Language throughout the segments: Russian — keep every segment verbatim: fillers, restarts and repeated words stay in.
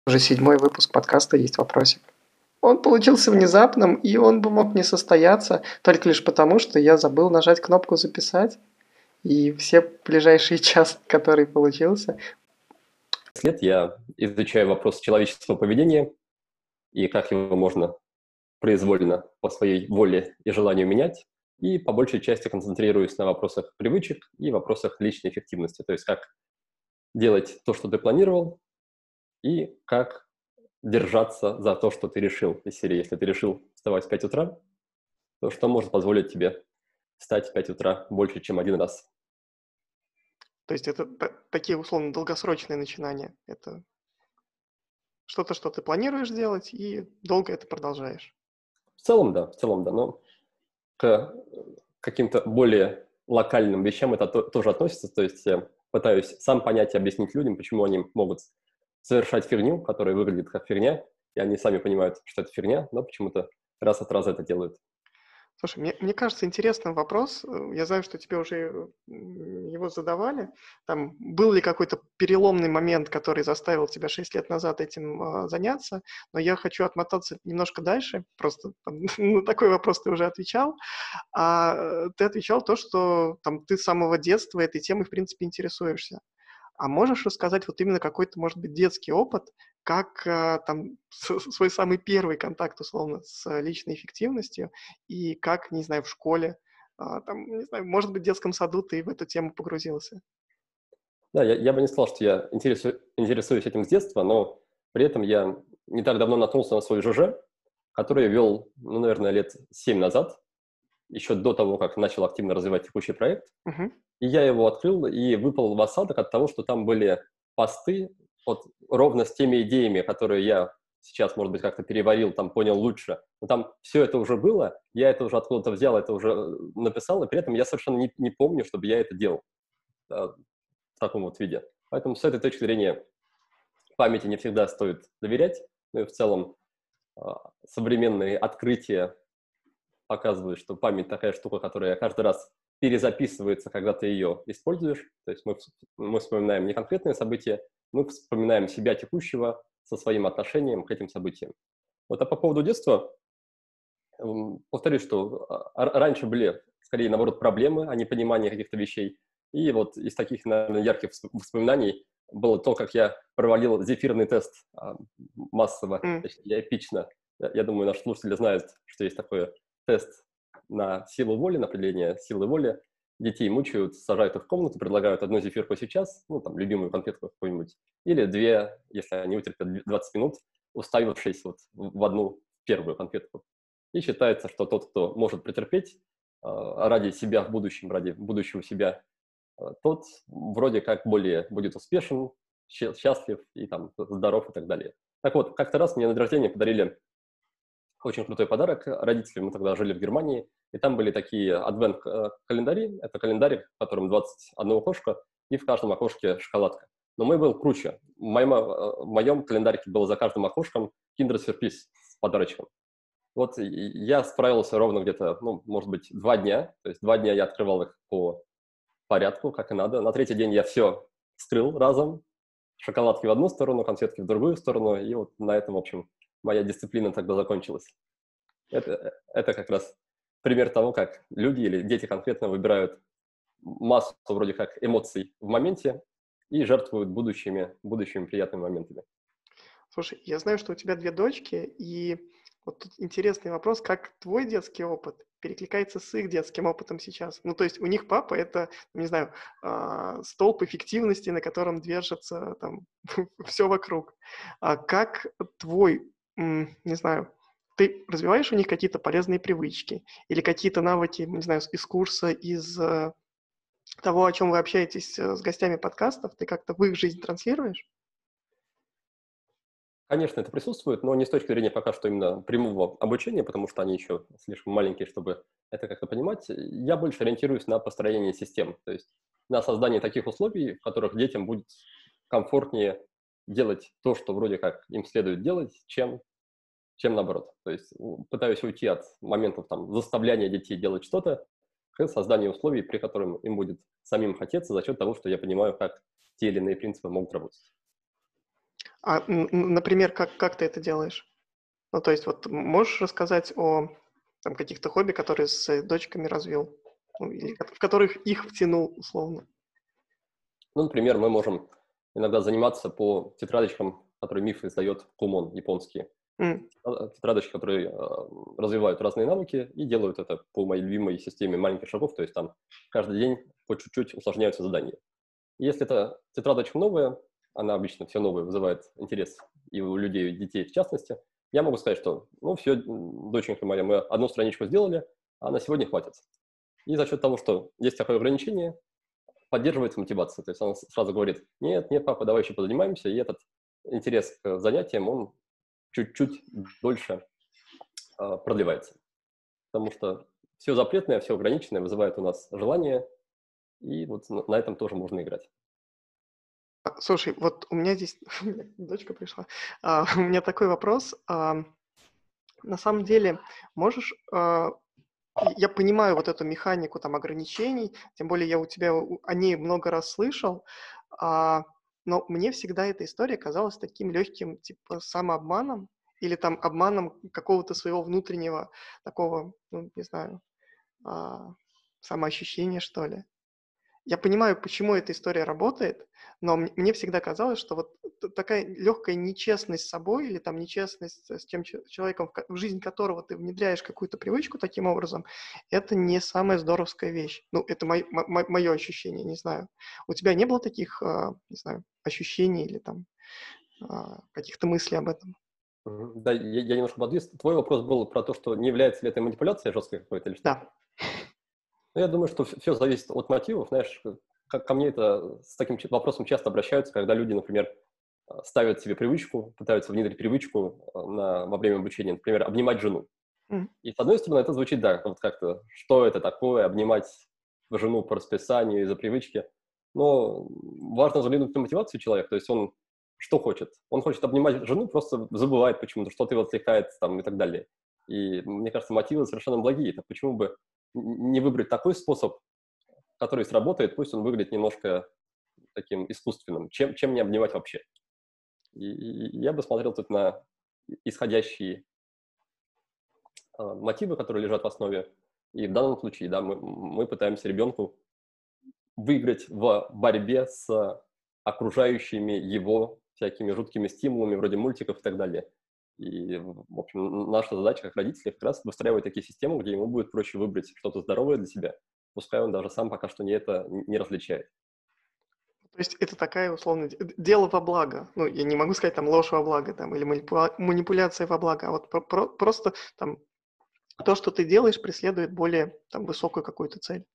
Уже седьмой выпуск подкаста «Есть вопросик». Он получился внезапным, и он бы мог не состояться только лишь потому, что я забыл нажать кнопку «Записать», и все ближайшие час, который получился. Лет я изучаю вопрос человеческого поведения и как его можно произвольно по своей воле и желанию менять, и по большей части концентрируюсь на вопросах привычек и вопросах личной эффективности, то есть как делать то, что ты планировал, и как держаться за то, что ты решил. Из серии, если ты решил вставать в пять утра, то что может позволить тебе встать в пять утра больше, чем один раз? То есть это такие условно долгосрочные начинания. Это что-то, что ты планируешь делать, и долго это продолжаешь. В целом, да, в целом, да, но к каким-то более локальным вещам это то, тоже относится, то есть я пытаюсь сам понять и объяснить людям, почему они могут совершать фигню, которая выглядит как фигня, и они сами понимают, что это фигня, но почему-то раз от раза это делают. Слушай, мне, мне кажется, интересным вопрос. Э, Я знаю, что тебе уже м, его задавали. Там был ли какой-то переломный момент, который заставил тебя шесть лет назад этим а, заняться? Но я хочу отмотаться немножко дальше. Просто там, на такой вопрос ты уже отвечал. А э, ты отвечал то, что там ты с самого детства этой темой, в принципе, интересуешься. А можешь рассказать вот именно какой-то, может быть, детский опыт, как а, там с- свой самый первый контакт, условно, с а, личной эффективностью, и как, не знаю, в школе, а, там, не знаю, может быть, в детском саду ты в эту тему погрузился? Да, я, я бы не сказал, что я интересу- интересуюсь этим с детства, но при этом я не так давно наткнулся на свой ЖЖ, который я вел, ну, наверное, лет семь назад, еще до того, как начал активно развивать текущий проект. Мгм. И я его открыл и выпал в осадок от того, что там были посты вот ровно с теми идеями, которые я сейчас, может быть, как-то переварил, там понял лучше. Но там все это уже было, я это уже откуда-то взял, это уже э, написал, и при этом я совершенно не, не помню, чтобы я это делал э, в таком вот виде. Поэтому с этой точки зрения памяти не всегда стоит доверять. Ну и в целом э, современные открытия показывают, что память такая штука, которая каждый раз перезаписывается, когда ты ее используешь. То есть мы, мы вспоминаем не конкретные события, мы вспоминаем себя текущего со своим отношением к этим событиям. Вот, а по поводу детства, м, повторюсь, что а, р- раньше были, скорее, наоборот, проблемы, а не понимание каких-то вещей. И вот из таких, наверное, ярких всп- воспоминаний было то, как я провалил зефирный тест а, массово, М. точнее, эпично. Я, я думаю, наши слушатели знают, что есть такой тест на силу воли, на определение силы воли. Детей мучают, сажают их в комнату, предлагают одну зефирку сейчас, ну, там, любимую конфетку какую-нибудь, или две, если они вытерпят двадцать минут, уставившись вот в одну первую конфетку. И считается, что тот, кто может претерпеть а, ради себя в будущем, ради будущего себя, а, тот вроде как более будет успешен, ща- счастлив и там здоров и так далее. Так вот, как-то раз мне на день рождения подарили очень крутой подарок. Родители, мы тогда жили в Германии, и там были такие адвент-календари. Это календарь, в котором двадцать одно окошко, и в каждом окошке шоколадка. Но мой был круче. В моем, э, в моем календарике было за каждым окошком киндер-сюрприз с подарочком. Вот и я справился ровно где-то, ну, может быть, два дня. То есть два дня я открывал их по порядку, как и надо. На третий день я все вскрыл разом. Шоколадки в одну сторону, конфетки в другую сторону. И вот на этом, в общем, моя дисциплина тогда закончилась. Это, это как раз пример того, как люди или дети конкретно выбирают массу вроде как эмоций в моменте и жертвуют будущими, будущими приятными моментами. Слушай, я знаю, что у тебя две дочки, и вот тут интересный вопрос, как твой детский опыт перекликается с их детским опытом сейчас? Ну, то есть у них папа — это, не знаю, а, столб эффективности, на котором держится там все вокруг. А как твой, м, не знаю, ты развиваешь у них какие-то полезные привычки или какие-то навыки, не знаю, из курса, из э, того, о чем вы общаетесь э, с гостями подкастов, ты как-то в их жизнь транслируешь? Конечно, это присутствует, но не с точки зрения пока что именно прямого обучения, потому что они еще слишком маленькие, чтобы это как-то понимать. Я больше ориентируюсь на построение систем, то есть на создание таких условий, в которых детям будет комфортнее делать то, что вроде как им следует делать, чем, чем наоборот. То есть м, пытаюсь уйти от моментов там, заставляния детей делать что-то к созданию условий, при котором им будет самим хотеться за счет того, что я понимаю, как те или иные принципы могут работать. А, н- н- например, как, как ты это делаешь? Ну, то есть вот можешь рассказать о там, каких-то хобби, которые с дочками развил? Ну, или ко- в которых их втянул, условно. Ну, например, мы можем иногда заниматься по тетрадочкам, которые МИФ издает, Kumon, японские. М, А, Тетрадочки, которые э, развивают разные навыки и делают это по моей любимой системе маленьких шагов, то есть там каждый день по чуть-чуть усложняются задания. И если эта тетрадочка новая, она обычно все новое вызывает интерес и у людей, и у детей в частности, я могу сказать, что, ну, все, доченька моя, мы одну страничку сделали, а на сегодня хватит. И за счет того, что есть такое ограничение, поддерживается мотивация. То есть она сразу говорит: нет, нет, папа, давай еще позанимаемся, и этот интерес к занятиям, он чуть-чуть дольше э, продлевается. Потому что все запретное, все ограниченное вызывает у нас желание, и вот на, на этом тоже можно играть. а, Слушай, вот у меня здесь у меня дочка пришла. А, у меня такой вопрос. А, на самом деле, можешь а, я понимаю вот эту механику там ограничений, тем более я у тебя у- о ней много раз слышал, а, но мне всегда эта история казалась таким легким, типа, самообманом или там обманом какого-то своего внутреннего такого, ну, не знаю, а, самоощущения, что ли. Я понимаю, почему эта история работает, но м- мне всегда казалось, что вот т- такая легкая нечестность с собой или там нечестность с тем че- человеком, в ко- в жизнь которого ты внедряешь какую-то привычку таким образом, это не самая здоровская вещь. Ну, это мое ощущение, не знаю. У тебя не было таких, а, не знаю, ощущений или там а, каких-то мыслей об этом? Мгм. Да, я, я немножко подвис. Твой вопрос был про то, что не является ли это манипуляцией жесткой какой-то или что? Да. Ну, я думаю, что все зависит от мотивов. Знаешь, как ко мне это с таким ч- вопросом часто обращаются, когда люди, например, а, ставят себе привычку, пытаются внедрить привычку а, на, во время обучения, например, обнимать жену. М. И с одной стороны, это звучит, да, вот как-то, что это такое, обнимать жену по расписанию из-за привычки. Но важно заглянуть на мотивацию человека, то есть он что хочет? Он хочет обнимать жену, просто забывает почему-то, что-то его отвлекает там и так далее. И мне кажется, мотивы совершенно благие. Так почему бы н- не выбрать такой способ, который сработает, пусть он выглядит немножко таким искусственным, чем, чем не обнимать вообще. И, и я бы смотрел тут на исходящие а, мотивы, которые лежат в основе. И в данном случае, да, мы, мы пытаемся ребенку выиграть в борьбе с окружающими его всякими жуткими стимулами, вроде мультиков и так далее. И, в общем, наша задача как родителей как раз выстраивать такие системы, где ему будет проще выбрать что-то здоровое для себя, пускай он даже сам пока что не это не различает. То есть это такая, условно, д- дело во благо. Ну, я не могу сказать там ложь во благо там, или манипула- манипуляция во благо, а вот про- про- просто там то, что ты делаешь, преследует более там высокую какую-то цель.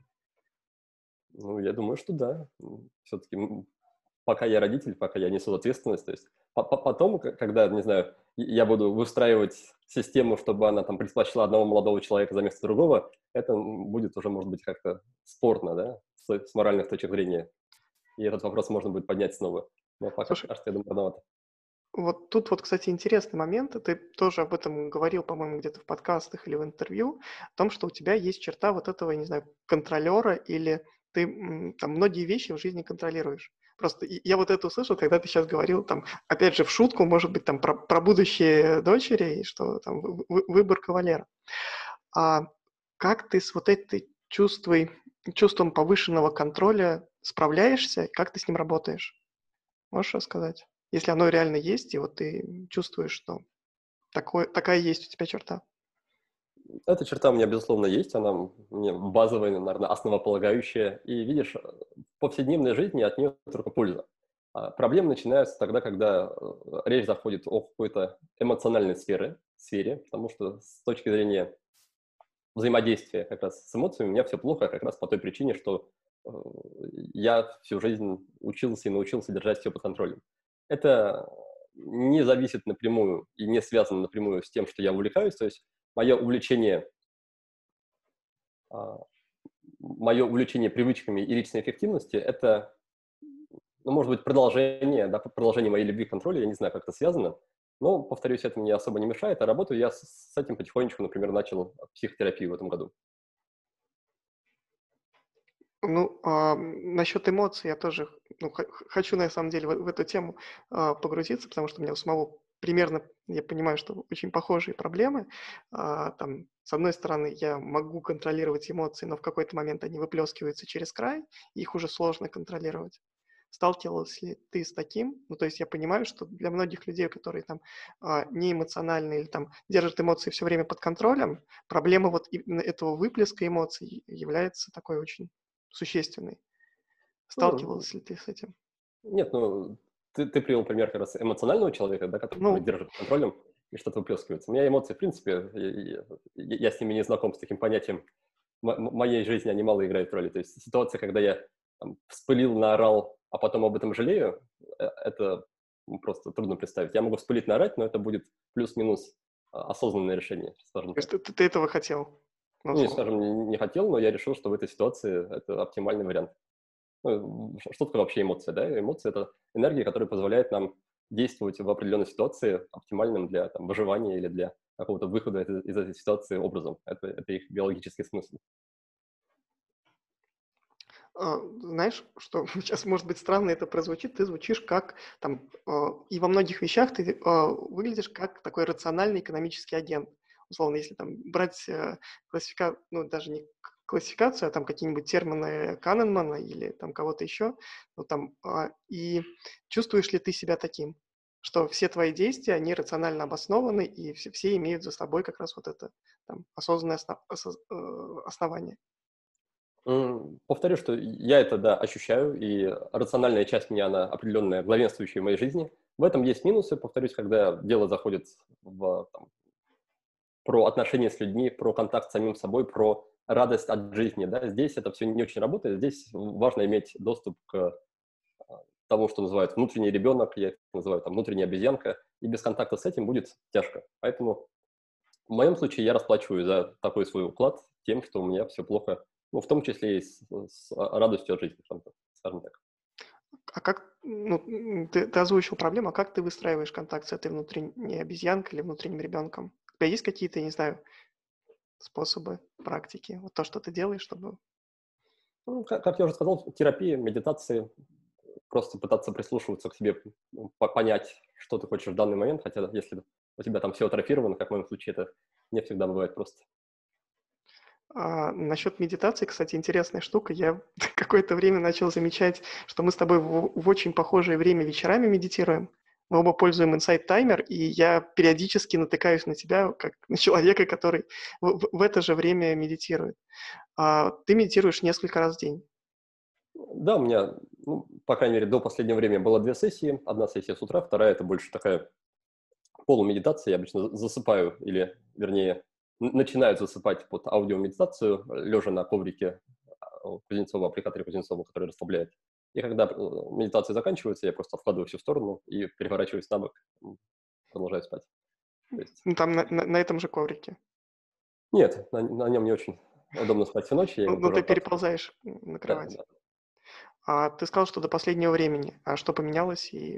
Ну, я думаю, что да. Все-таки пока я родитель, пока я несу ответственность, то есть по- по- потом, к- когда, не знаю, я буду выстраивать систему, чтобы она там предпочла одного молодого человека за место другого, это м, будет уже, может быть, как-то спорно, да, с, с моральных точек зрения. И этот вопрос можно будет поднять снова. Но пока, Слушай, кажется, я думаю, рановато. вот тут вот, кстати, интересный момент. Ты тоже об этом говорил, по-моему, где-то в подкастах или в интервью, о том, что у тебя есть черта вот этого, я не знаю, контролера, или ты м, там многие вещи в жизни контролируешь. Просто и- я вот это услышал, когда ты сейчас говорил, там, опять же, в шутку, может быть, там, про, про будущее дочери, и что там вы- вы- выбор кавалера. А как ты с вот этой чувствой, чувством повышенного контроля справляешься? Как ты с ним работаешь? Можешь рассказать? Если оно реально есть, и вот ты чувствуешь, что такое, такая есть у тебя черта. Эта черта у меня, безусловно, есть, она мне базовая, наверное, основополагающая. И видишь, в повседневной жизни от нее только польза. А проблемы начинаются тогда, когда э, речь заходит о какой-то эмоциональной сфере, сфере, потому что с точки зрения взаимодействия как раз с эмоциями у меня все плохо как раз по той причине, что э, я всю жизнь учился и научился держать все под контролем. Это не зависит напрямую и не связано напрямую с тем, что я увлекаюсь, то есть мое увлечение а, мое увлечение привычками и личной эффективностью — это, ну, может быть, продолжение, да, продолжение моей любви к контролю, я не знаю, как это связано, но, повторюсь, это мне особо не мешает, а работаю я с, с этим потихонечку, например, начал психотерапию в этом году. Ну, а, насчет эмоций я тоже ну, х- х- хочу на самом деле в, в эту тему а, погрузиться, потому что у меня у самого примерно, я понимаю, что очень похожие проблемы. А, там, с одной стороны, я могу контролировать эмоции, но в какой-то момент они выплескиваются через край, и их уже сложно контролировать. Сталкивалась ли ты с таким? Ну, то есть я понимаю, что для многих людей, которые там а, не эмоциональны или там держат эмоции все время под контролем, проблема вот именно этого выплеска эмоций является такой очень существенной. Ну, Сталкивалась ли ты с этим? нет, ну, ты, ты привел пример как раз эмоционального человека, да, который Ну, держит под контролем и что-то выплескивается. У меня эмоции, в принципе, я, я- я с ними не знаком, с таким понятием. В мо- моей жизни они мало играют роли. То есть ситуация, когда я там, вспылил, наорал, а потом об этом жалею, э, это просто трудно представить. Я могу вспылить, наорать, но это будет плюс-минус а, осознанное решение, скажем то так. есть ты, ты- ты этого хотел, ну, Ну, не условно. скажем, не, не хотел, но я решил, что в этой ситуации это оптимальный вариант. Ну, ш- что такое вообще эмоция, да? Эмоция — это энергия, которая позволяет нам действовать в определенной ситуации оптимальным для там, выживания или для какого-то выхода из, из этой ситуации образом. Это, это их биологический смысл. А, знаешь, что сейчас, может быть, странно это прозвучит, ты звучишь как там, а, и во многих вещах ты а, выглядишь как такой рациональный экономический агент. Условно, если там брать э, классифика, ну, даже не к- классификацию, а там какие-нибудь термины Канемана или там кого-то еще, ну, там, а, и чувствуешь ли ты себя таким, что все твои действия, они рационально обоснованы, и все, все имеют за собой как раз вот это там, осознанное осно- осоз- э, основание. М, Повторю, что я это, да, ощущаю, и рациональная часть меня, она определенная, главенствующая в моей жизни. В этом есть минусы, повторюсь, когда дело заходит в, там, про отношения с людьми, про контакт с самим собой, про радость от жизни. Да? Здесь это все не очень работает. Здесь важно иметь доступ к а, тому, что называют внутренний ребенок, я это называю там внутренняя обезьянка, и без контакта с этим будет тяжко. Поэтому в моем случае я расплачиваю за такой свой уклад тем, что у меня все плохо, ну, в том числе и с, с радостью от жизни, скажем так. А как, ну, м, ты, ты озвучил проблему, а как ты выстраиваешь контакт с этой внутренней обезьянкой или внутренним ребенком? У тебя есть какие-то, не знаю, способы, практики? Вот то, что ты делаешь, чтобы... Ну, как, как я уже сказал, терапия, медитации, просто пытаться прислушиваться к себе, ну, по- понять, что ты хочешь в данный момент, хотя если у тебя там все атрофировано, как в моем случае, это не всегда бывает просто. А, насчет медитации, кстати, интересная штука. Я какое-то время начал замечать, что мы с тобой в, в очень похожее время вечерами медитируем. Мы оба пользуем Insight Timer, и я периодически натыкаюсь на тебя, как на человека, который в, в- в это же время медитирует. А, ты медитируешь несколько раз в день. Да, у меня, ну, по крайней мере, до последнего времени было две сессии. Одна сессия с утра, вторая — это больше такая полумедитация. Я обычно за- засыпаю, или, вернее, н- начинаю засыпать под аудиомедитацию, лежа на коврике а, у Кузнецова, аппликаторе Кузнецова, который расслабляет. И когда э, медитация заканчивается, я просто откладываю все в сторону и переворачиваюсь на бок, м, продолжаю спать. То есть, Ну, там на, на- на этом же коврике. нет, на, на нем не очень удобно спать всю ночь, я Ну, его ну, тоже ты оттаскиваю. переползаешь на Да, кровать. да. А ты сказал, что до последнего времени. А что поменялось? И...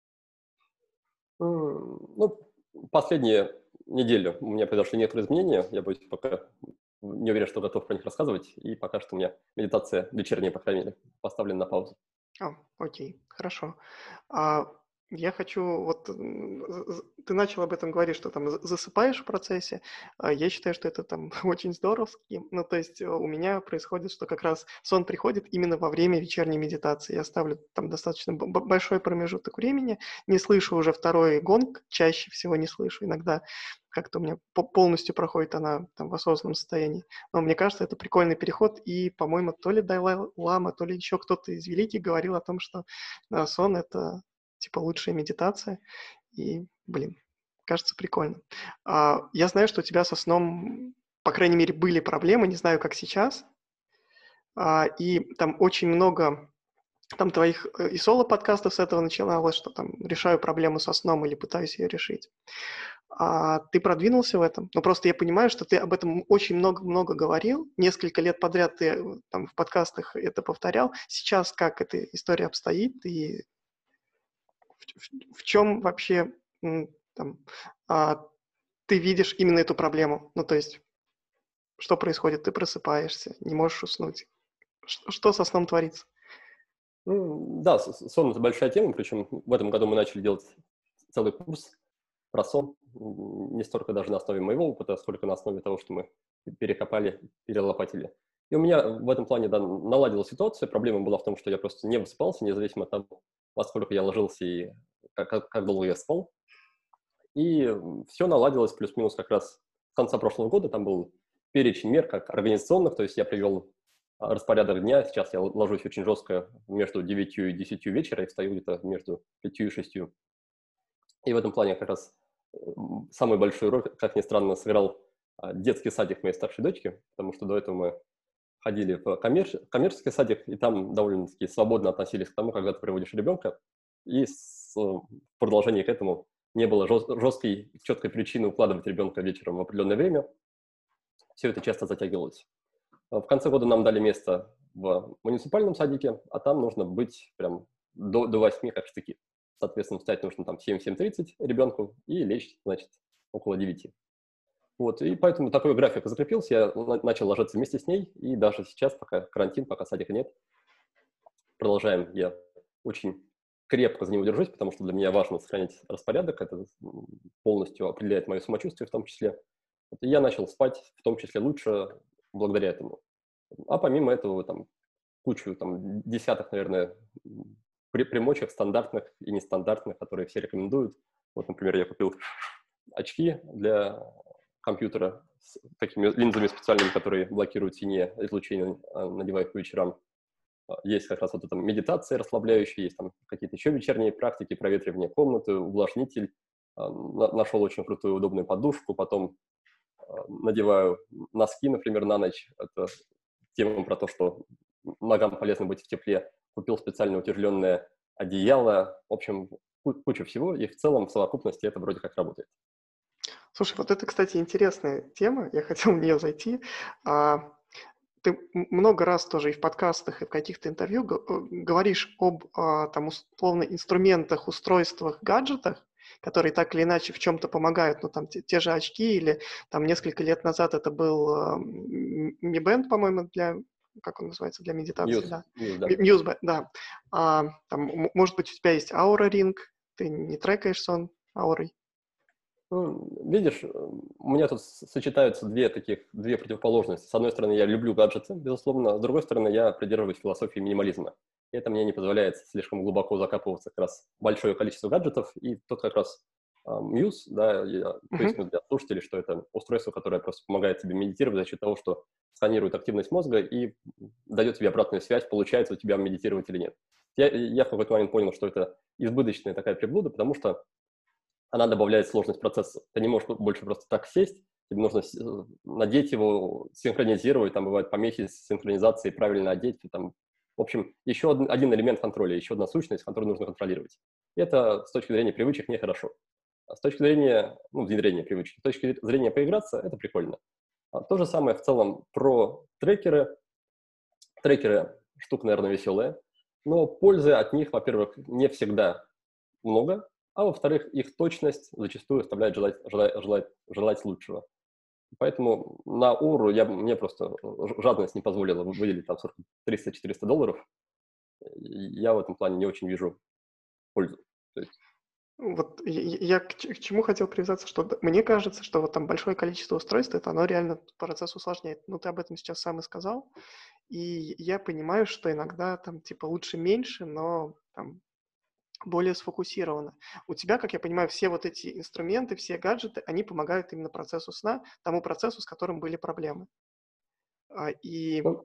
М, Ну, последние недели у меня произошли некоторые изменения. Я боюсь, пока не уверен, что готов про них рассказывать. И пока что у меня медитация вечерняя, по крайней мере, поставлена на паузу. А, окей, хорошо. А, я хочу, вот м, з- з- ты начал об этом говорить, что там за- засыпаешь в процессе. А я считаю, что это там очень здоровски. Ну, то есть э, у меня происходит, что как раз сон приходит именно во время вечерней медитации. Я ставлю там достаточно б- б- большой промежуток времени, не слышу уже второй гонг, чаще всего не слышу. Иногда как-то у меня по- полностью проходит она там в осознанном состоянии. Но мне кажется, это прикольный переход, и, по-моему, то ли Далай-Лама, то ли еще кто-то из великих говорил о том, что а, сон — это, типа, лучшая медитация, и, блин, кажется, прикольно. А, я знаю, что у тебя со сном, по крайней мере, были проблемы, не знаю, как сейчас, а, и там очень много там твоих э, и соло-подкастов с этого начиналось, что там решаю проблему со сном или пытаюсь ее решить. А ты продвинулся в этом? Ну, просто я понимаю, что ты об этом очень много-много говорил. Несколько лет подряд ты э, там в подкастах это повторял. Сейчас как эта история обстоит и в, в- в чем вообще м, там, а, ты видишь именно эту проблему? Ну, то есть, что происходит? Ты просыпаешься, не можешь уснуть. Ш- Что со сном творится? Ну, да, с- с- сон — это большая тема, причем в этом году мы начали делать целый курс про сон, м, не столько даже на основе моего опыта, сколько на основе того, что мы перекопали, перелопатили. И у меня в этом плане, да, наладилась ситуация. Проблема была в том, что я просто не высыпался, независимо от того, во сколько я ложился и как, как- как долго я спал. И все наладилось плюс-минус как раз с конца прошлого года. Там был перечень мер как организационных, то есть я привел а, распорядок дня. Сейчас я л- ложусь очень жестко между девятью и десятью вечера и встаю где-то между пятью и шестью. И в этом плане как раз м, самую большую роль, как ни странно, сыграл а, детский садик моей старшей дочки, потому что до этого мы ходили в коммерч- коммерческий садик, и там довольно-таки свободно относились к тому, когда ты приводишь ребенка, и с, э, в продолжении к этому не было жест- жесткой, четкой причины укладывать ребенка вечером в определенное время. Все это часто затягивалось. А В конце года нам дали место в муниципальном садике, а там нужно быть прям до, до восьми, как штыки. Соответственно, встать нужно там в семь тридцать ребенку и лечь, значит, около девяти. Вот, и поэтому такой график закрепился, я на- начал ложиться вместе с ней, и даже сейчас, пока карантин, пока садика нет, продолжаем. Я очень крепко за него держусь, потому что для меня важно сохранять распорядок, это м, полностью определяет мое самочувствие в том числе. Вот, и я начал спать в том числе лучше благодаря этому. А помимо этого, там, кучу, там, десяток, наверное, м, при- примочек стандартных и нестандартных, которые все рекомендуют. Вот, например, я купил очки для компьютера с такими линзами специальными, которые блокируют синее излучение, а, надеваю их по вечерам. А, Есть как раз вот эта медитация расслабляющая, есть там какие-то еще вечерние практики, проветривание комнаты, увлажнитель. А, на- Нашел очень крутую удобную подушку, потом а, надеваю носки, например, на ночь. Это тема про то, что ногам полезно быть в тепле. Купил специально утяжеленное одеяло. В общем, ку- куча всего, и в целом в совокупности это вроде как работает. Слушай, вот это, кстати, интересная тема, я хотел в нее зайти. А, ты м- много раз тоже и в подкастах, и в каких-то интервью г- э, говоришь об а, там условно инструментах, устройствах, гаджетах, которые так или иначе в чем-то помогают, ну там те, те же очки или там несколько лет назад это был а, м- Mi Band, по-моему, для, как он называется, для медитации, Мьюз, да. мьюз, да. М- Muse Band, да. А, там, м- может быть, у тебя есть Aura Ring, ты не трекаешь сон аурой? Ну, видишь, э, у меня тут с- сочетаются две таких, две противоположности. С одной стороны, я люблю гаджеты, безусловно, а с другой стороны, я придерживаюсь философии минимализма. И это мне не позволяет слишком глубоко закапываться как раз в большое количество гаджетов. И тут как раз а, Muse, да, я поясню для слушателей, что это устройство, которое просто помогает тебе медитировать за счет того, что сканирует активность мозга и дает тебе обратную связь, получается у тебя медитировать или нет. Я, я в какой-то момент понял, что это избыточная такая приблуда, потому что она добавляет сложность процесса. Ты не можешь больше просто так сесть, тебе нужно с- э, надеть его, синхронизировать, там бывают помехи с синхронизацией, правильно одеть. Там. В общем, еще один, один элемент контроля, еще одна сущность, которую нужно контролировать. И это с точки зрения привычек нехорошо. А с точки зрения ну, внедрения привычки, с точки зрения поиграться, это прикольно. А то же самое в целом про трекеры. Трекеры штука, наверное, веселая, но пользы от них, во-первых, не всегда много, а во-вторых, их точность зачастую оставляет желать, желать, желать, желать лучшего. Поэтому на Уру я, мне просто жадность не позволила выделить там триста-четыреста долларов. Я в этом плане не очень вижу пользу. То есть, Вот я я к ч к чему хотел привязаться, что д мне кажется, что вот там большое количество устройств, это оно реально процесс усложняет. Ну, ты об этом сейчас сам и сказал. И я понимаю, что иногда там типа лучше меньше, но там более сфокусированно. У тебя, как я понимаю, все вот эти инструменты, все гаджеты, они помогают именно процессу сна, тому процессу, с которым были проблемы. А, и, ну,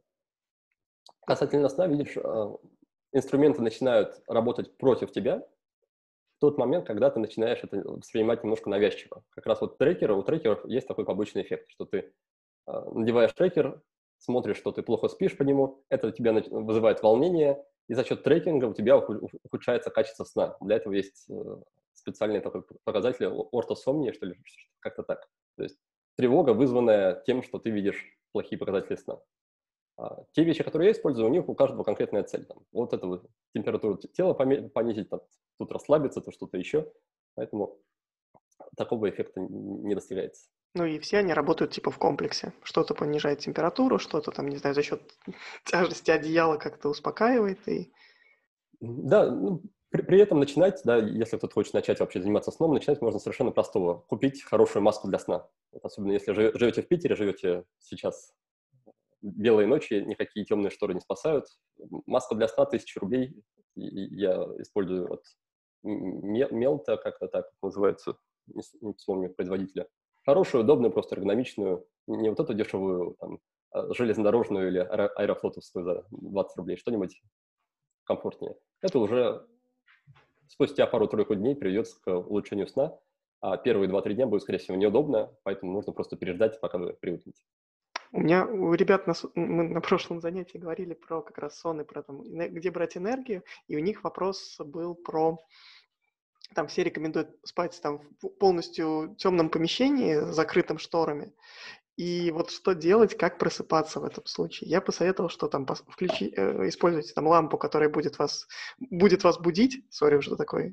ну, касательно сна, видишь, э, инструменты начинают работать против тебя в тот момент, когда ты начинаешь это воспринимать немножко навязчиво. Как раз вот трекеры, у трекеров есть такой побочный эффект, что ты а, надеваешь трекер, смотришь, что ты плохо спишь по нему, это у тебя нач- вызывает волнение, и за счет трекинга у тебя уху- ухудшается качество сна. Для этого есть э, специальный такой показатель о- ортосомнии, что ли, ш- как-то так. То есть тревога, вызванная тем, что ты видишь плохие показатели сна. А те вещи, которые я использую, у них у каждого конкретная цель. Там, вот это вот температуру т- тела поме- понизить, там, тут расслабиться, то что-то еще. Поэтому такого эффекта н- не достигается. ну и все они работают типа в комплексе. Что-то понижает температуру, что-то там, не знаю, за счет тяжести одеяла как-то успокаивает. И Да, ну, при, при этом начинать, да, если кто-то хочет начать вообще заниматься сном, начинать можно совершенно простого. Купить хорошую маску для сна. Вот особенно если жи- живете в Питере, живете сейчас белые ночи, никакие темные шторы не спасают. Маска для сна тысяча рублей. И, и я использую от Ме- Мелта, как-то так называется, не, с- не вспомню производителя. Хорошую, удобную, просто эргономичную. Не вот эту дешевую, там, а, железнодорожную или аэро- аэрофлотовскую за двадцать рублей. Что-нибудь комфортнее. Это уже спустя пару-тройку дней приведет к улучшению сна, а первые два-три дня будет, скорее всего, неудобно, поэтому нужно просто переждать, пока вы привыкнете. У меня, у ребят, на, с- мы на прошлом занятии говорили про как раз сон и про там, эне- где брать энергию, и у них вопрос был про, там все рекомендуют спать там в полностью темном помещении, с закрытым шторами, и вот что делать, как просыпаться в этом случае. Я посоветовал, что там пос- включи, э, используйте там лампу, которая будет вас, будет вас будить, сори, уже такой,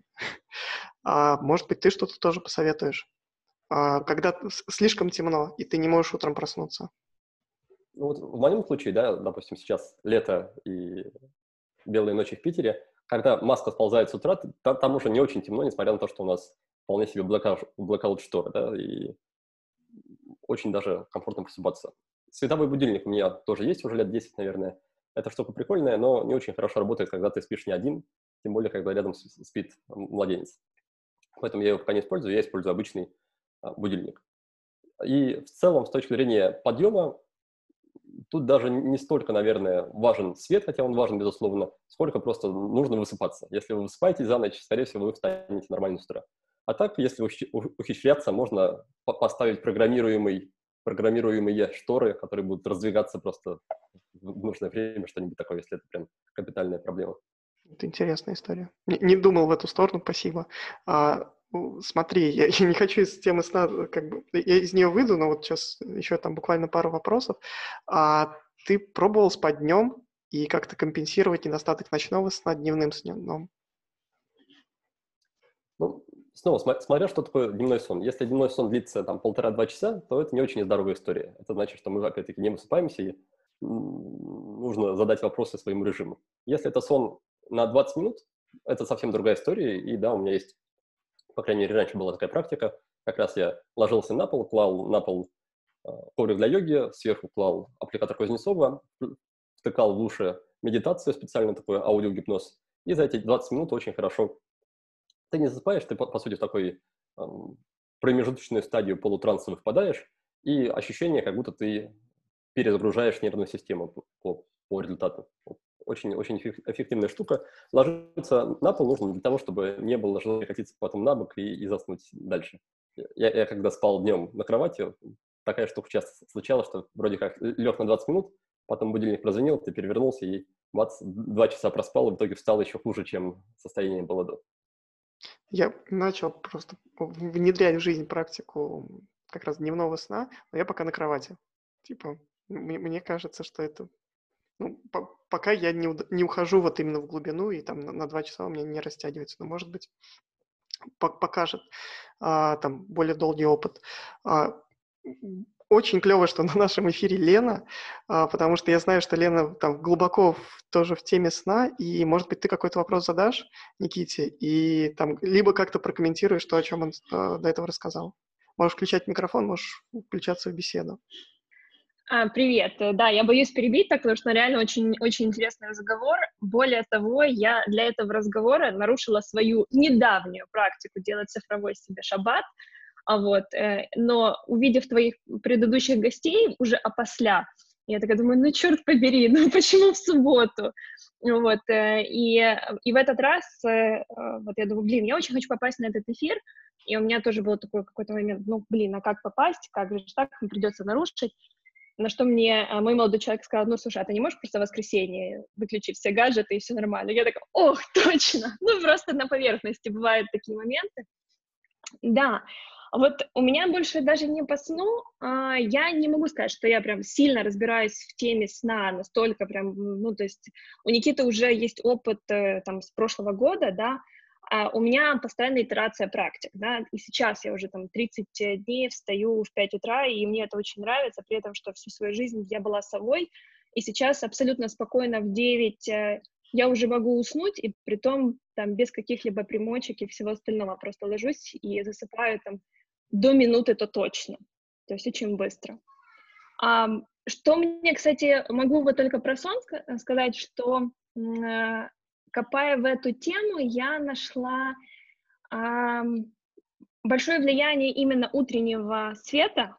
а может быть, ты что-то тоже посоветуешь, а, когда с- слишком темно, и ты не можешь утром проснуться. Ну, вот в моем случае, да, допустим, сейчас лето и белые ночи в Питере, когда маска сползает с утра, та- там уже не очень темно, несмотря на то, что у нас вполне себе блэкаут, блэкаут шторы, да, и очень даже комфортно просыпаться. Световой будильник у меня тоже есть уже лет десять, наверное. Эта штука прикольная, но не очень хорошо работает, когда ты спишь не один, тем более, когда рядом с- спит младенец. Поэтому я его пока не использую, я использую обычный а, будильник. И в целом, с точки зрения подъема, тут даже не столько, наверное, важен свет, хотя он важен, безусловно, сколько просто нужно высыпаться. Если вы высыпаетесь за ночь, скорее всего, вы встанете нормально с утра. А так, если ухищ- ухищряться, можно по- поставить программируемый, программируемые шторы, которые будут раздвигаться просто в нужное время, что-нибудь такое, если это прям капитальная проблема. Это интересная история. Не, не думал в эту сторону, спасибо. А, у, смотри, я, я не хочу из темы сна, э, как бы, я из нее выйду, но вот сейчас еще там буквально пару вопросов. А ты пробовал спать днем и как-то компенсировать недостаток ночного сна дневным сном? Ну, снова, сма- смотря, что такое дневной сон. Если дневной сон длится там полтора-два часа, то это не очень здоровая история. Это значит, что мы, опять-таки, не высыпаемся, и м, нужно задать вопросы своему режиму. Если это сон на двадцать минут, это совсем другая история, и да, у меня есть, по крайней мере, раньше была такая практика, как раз я ложился на пол, клал на пол э, коврик для йоги, сверху клал аппликатор Кузнецова, втыкал в уши медитацию, специально такой аудиогипноз, и за эти двадцать минут очень хорошо ты не засыпаешь, ты, по, по сути, в такой эм, промежуточную стадию полутранса впадаешь, и ощущение, как будто ты перезагружаешь нервную систему по, по, по результату. Вот. Очень, очень эффективная штука. Ложиться на пол нужно для того, чтобы не было желания катиться потом на бок и, и заснуть дальше. Я, я когда спал днем на кровати, такая штука часто случалась, что вроде как лег на двадцать минут, потом будильник прозвенел, ты перевернулся и бац, два часа проспал, и в итоге встал еще хуже, чем состояние было до. Я начал просто внедрять в жизнь практику как раз дневного сна, но я пока на кровати. Типа, мне, мне кажется, что это... Ну, по- пока я не, уд- не ухожу вот именно в глубину, и там на, на два часа у меня не растягивается. Но, может быть, по- покажет а, там более долгий опыт. А, м, очень клево, что на нашем эфире Лена, а, потому что я знаю, что Лена там глубоко в- тоже в теме сна, и, может быть, ты какой-то вопрос задашь Никите, и там либо как-то прокомментируешь то, о чем он а, до этого рассказал. Можешь включать микрофон, можешь включаться в беседу. А, привет. Э, Да, я боюсь перебить так, потому что реально очень, очень интересный разговор. Более того, я для этого разговора нарушила свою недавнюю практику делать цифровой себе шаббат. А вот, э, но увидев твоих предыдущих гостей уже опосля, я такая думаю, ну черт побери, ну почему в субботу? Ну вот, э, и, э, и в этот раз, э, э, вот я думаю, блин, я очень хочу попасть на этот эфир, и у меня тоже был такой какой-то момент, ну блин, а как попасть, как же так, придется нарушить. На что мне а, мой молодой человек сказал, ну, слушай, а ты не можешь просто в воскресенье выключить все гаджеты и все нормально? Я такая, ох, точно! Ну, просто на поверхности бывают такие моменты. Да, вот у меня больше даже не по сну, а, я не могу сказать, что я прям сильно разбираюсь в теме сна, настолько прям, ну, то есть у Никиты уже есть опыт э, там с прошлого года, да, а у меня постоянная итерация практик, да, и сейчас я уже там тридцать дней встаю в пять утра, и мне это очень нравится, при этом, что всю свою жизнь я была совой, и сейчас абсолютно спокойно в девять я уже могу уснуть, и притом там без каких-либо примочек и всего остального. Просто ложусь и засыпаю там до минуты, это точно. То есть очень быстро. А, что мне, кстати, могу вот только про сон ска- сказать, что м, э, копая в эту тему, я нашла ам, большое влияние именно утреннего света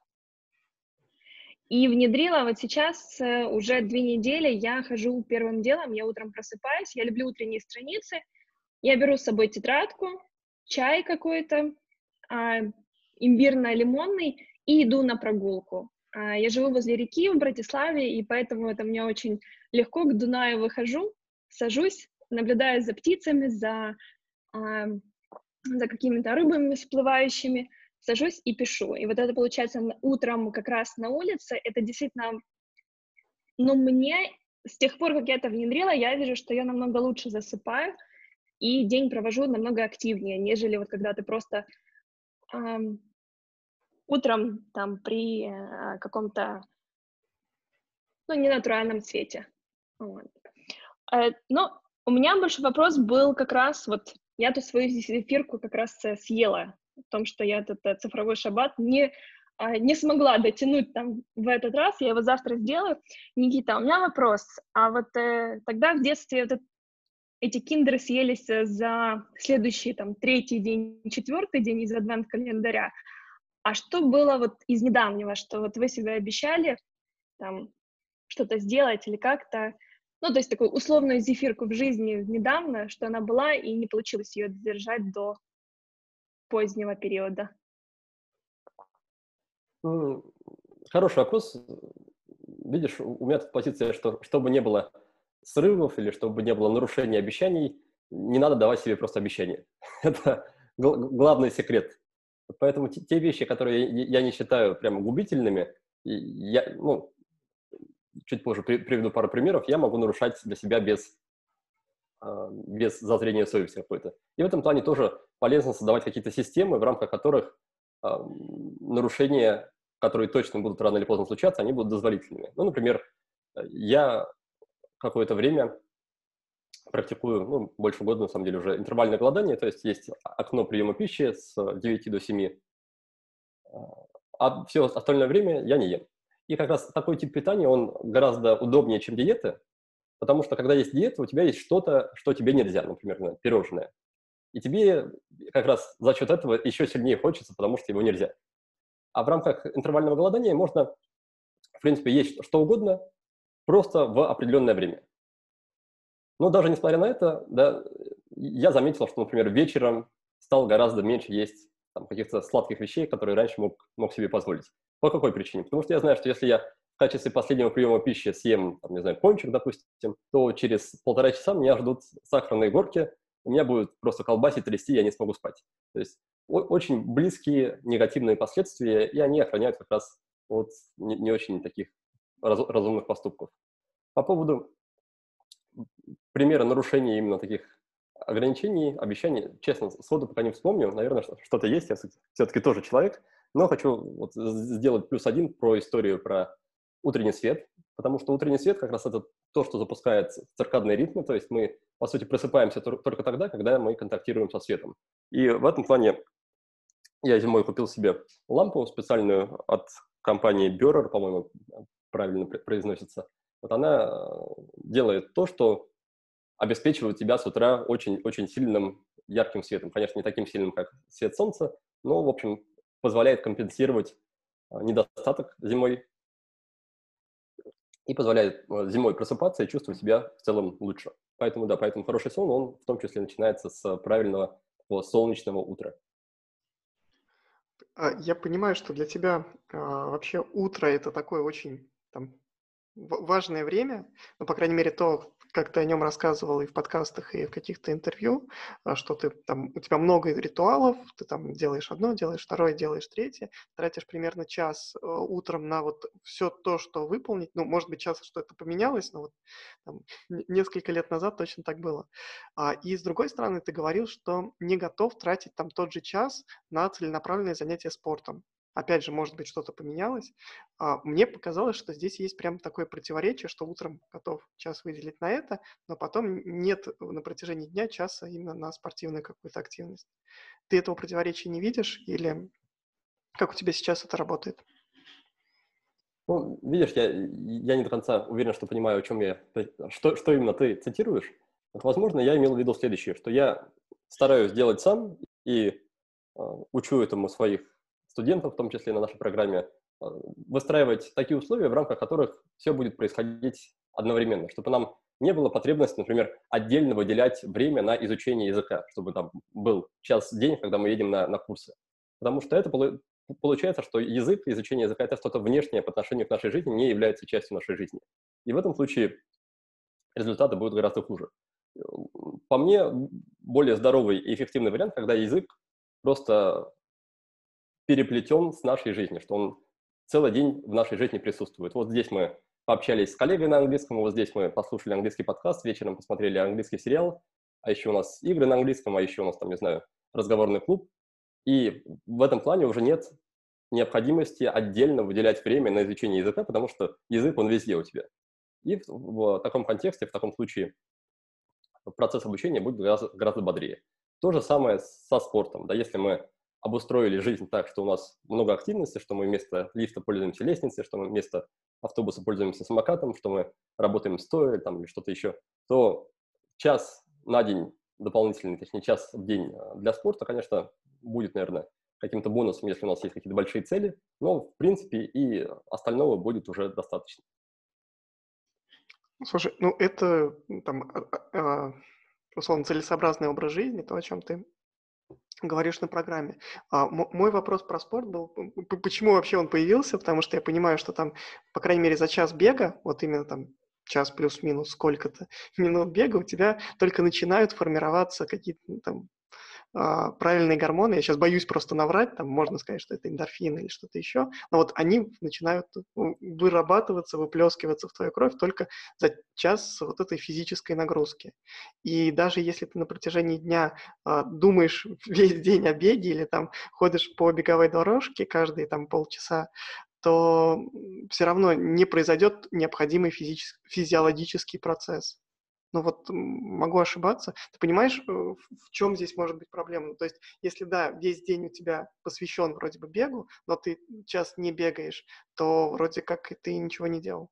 и внедрила вот сейчас э, уже две недели я хожу первым делом, я утром просыпаюсь, я люблю утренние страницы, я беру с собой тетрадку, чай какой-то, а, имбирно-лимонный и иду на прогулку. А, я живу возле реки в Братиславе, и поэтому это мне очень легко, к Дунаю выхожу, сажусь, наблюдаю за птицами, за а, за какими-то рыбами всплывающими, сажусь и пишу. И вот это получается н- утром как раз на улице, это действительно, ну, мне с тех пор, как я это внедрила, я вижу, что я намного лучше засыпаю, и день провожу намного активнее, нежели вот когда ты просто ам, утром там при э, каком-то, ну, ненатуральном свете. Вот. Э, но у меня больше вопрос был как раз вот, я тут свою зефирку как раз э, съела, в том, что я этот э, цифровой шаббат не, а, не смогла дотянуть там в этот раз, я его завтра сделаю. Никита, у меня вопрос, а вот э, тогда в детстве вот эт- эти киндеры съелись э, за следующий там третий день, четвертый день из адвент-календаря, а что было вот из недавнего, что вот вы себе обещали там что-то сделать или как-то, ну, то есть такую условную зефирку в жизни недавно, что она была, и не получилось ее держать до позднего периода. М, Хороший вопрос. Видишь, у у меня тут позиция, что чтобы не было срывов или чтобы не было нарушений обещаний, не надо давать себе просто обещания. Это гл- главный секрет. Поэтому те, те вещи, которые я, я не считаю прямо губительными, и я, ну, чуть позже при- приведу пару примеров, я могу нарушать для себя без, а, без зазрения совести какой-то. И в этом плане тоже полезно создавать какие-то системы, в рамках которых а, м, нарушения, которые точно будут рано или поздно случаться, они будут дозволительными. Ну, например, э, я какое-то время практикую, ну, больше года, на самом деле, уже интервальное голодание, то есть есть окно приема пищи с девяти до семи, а все остальное время я не ем. И как раз такой тип питания, он гораздо удобнее, чем диеты, потому что когда есть диета, у тебя есть что-то, что тебе нельзя, например, ну, пирожное. И тебе как раз за счет этого еще сильнее хочется, потому что его нельзя. А в рамках интервального голодания можно, в принципе, есть что угодно, просто в определенное время. Но даже несмотря на это, да, я заметил, что, например, вечером стал гораздо меньше есть там, каких-то сладких вещей, которые раньше мог, мог себе позволить. По какой причине? Потому что я знаю, что если я в качестве последнего приема пищи съем, там, не знаю, пончик, допустим, то через полтора часа меня ждут сахарные горки, у меня будет просто колбасить, трясти, я не смогу спать. То есть о- очень близкие негативные последствия, и они охраняют как раз от не, не очень таких раз- разумных поступков. По поводу примеры нарушения именно таких ограничений, обещаний, честно, сходу пока не вспомню. Наверное, что- что-то есть, я все-таки тоже человек, но хочу вот сделать плюс один про историю про утренний свет, потому что утренний свет как раз это то, что запускает циркадные ритмы, то есть мы, по сути, просыпаемся тор- только тогда, когда мы контактируем со светом. И в этом плане я зимой купил себе лампу специальную от компании Бёрер, по-моему, правильно пр- произносится. Вот она э, делает то, что обеспечивают тебя с утра очень-очень сильным ярким светом. Конечно, не таким сильным, как свет солнца, но, в общем, позволяет компенсировать а, недостаток зимой и позволяет а, зимой просыпаться и чувствовать себя в целом лучше. Поэтому, да, поэтому хороший сон, он в том числе начинается с правильного такого солнечного утра. А, Я понимаю, что для тебя а, вообще утро это такое очень там, в- важное время, ну, по крайней мере, то, как ты о нем рассказывал и в подкастах, и в каких-то интервью, а, что ты там, у тебя много ритуалов, ты там делаешь одно, делаешь второе, делаешь третье, тратишь примерно час э, утром на вот все то, что выполнить. Ну, может быть, сейчас что-то поменялось, но вот там, н- несколько лет назад точно так было. А, и с другой стороны, ты говорил, что не готов тратить там тот же час на целенаправленное занятие спортом. опять же, может быть, что-то поменялось. А, мне показалось, что здесь есть прям такое противоречие, что утром готов час выделить на это, но потом нет на протяжении дня часа именно на спортивную какую-то активность. Ты этого противоречия не видишь или как у тебя сейчас это работает? Ну, видишь, я, я не до конца уверен, что понимаю, о чем я, что, что именно ты цитируешь. Вот, возможно, я имел в виду следующее, что я стараюсь делать сам и э, учу этому своих студентов, в том числе на нашей программе, э, выстраивать такие условия, в рамках которых все будет происходить одновременно, чтобы нам не было потребности, например, отдельно выделять время на изучение языка, чтобы там был час в день, когда мы едем на, на курсы. Потому что это получается, что язык, изучение языка — это что-то внешнее по отношению к нашей жизни, не является частью нашей жизни. И в этом случае результаты будут гораздо хуже. По мне, более здоровый и эффективный вариант, когда язык просто переплетен с нашей жизнью, что он целый день в нашей жизни присутствует. Вот здесь мы пообщались с коллегой на английском, вот здесь мы послушали английский подкаст, вечером посмотрели английский сериал, а еще у нас игры на английском, а еще у нас там, не знаю, разговорный клуб. И в этом плане уже нет необходимости отдельно выделять время на изучение языка, потому что язык, он везде у тебя. И в, в таком контексте, в таком случае процесс обучения будет гораздо, гораздо бодрее. То же самое со спортом. Да, если мы обустроили жизнь так, что у нас много активности, что мы вместо лифта пользуемся лестницей, что мы вместо автобуса пользуемся самокатом, что мы работаем стоя там, или что-то еще, то час на день дополнительный, точнее, час в день для спорта, конечно, будет, наверное, каким-то бонусом, если у нас есть какие-то большие цели, но, в принципе, и остального будет уже достаточно. Слушай, ну это там, а, условно, целесообразный образ жизни, то, о чем ты говоришь на программе. А, м- мой вопрос про спорт был, п- почему вообще он появился, потому что я понимаю, что там, по крайней мере, за час бега, вот именно там час плюс-минус сколько-то минут бега, у тебя только начинают формироваться какие-то ну, там а, правильные гормоны, я сейчас боюсь просто наврать, там можно сказать, что это эндорфины или что-то еще, но вот они начинают ну, вырабатываться, выплескиваться в твою кровь только за час вот этой физической нагрузки. И даже если ты на протяжении дня а, думаешь весь день о беге или там ходишь по беговой дорожке каждые там полчаса, то все равно не произойдет необходимый физический, физиологический процесс. Ну вот могу ошибаться. Ты понимаешь, э, в в чем здесь может быть проблема? Ну, то есть, если да, весь день у тебя посвящен вроде бы бегу, но ты час не бегаешь, то вроде как и ты ничего не делал.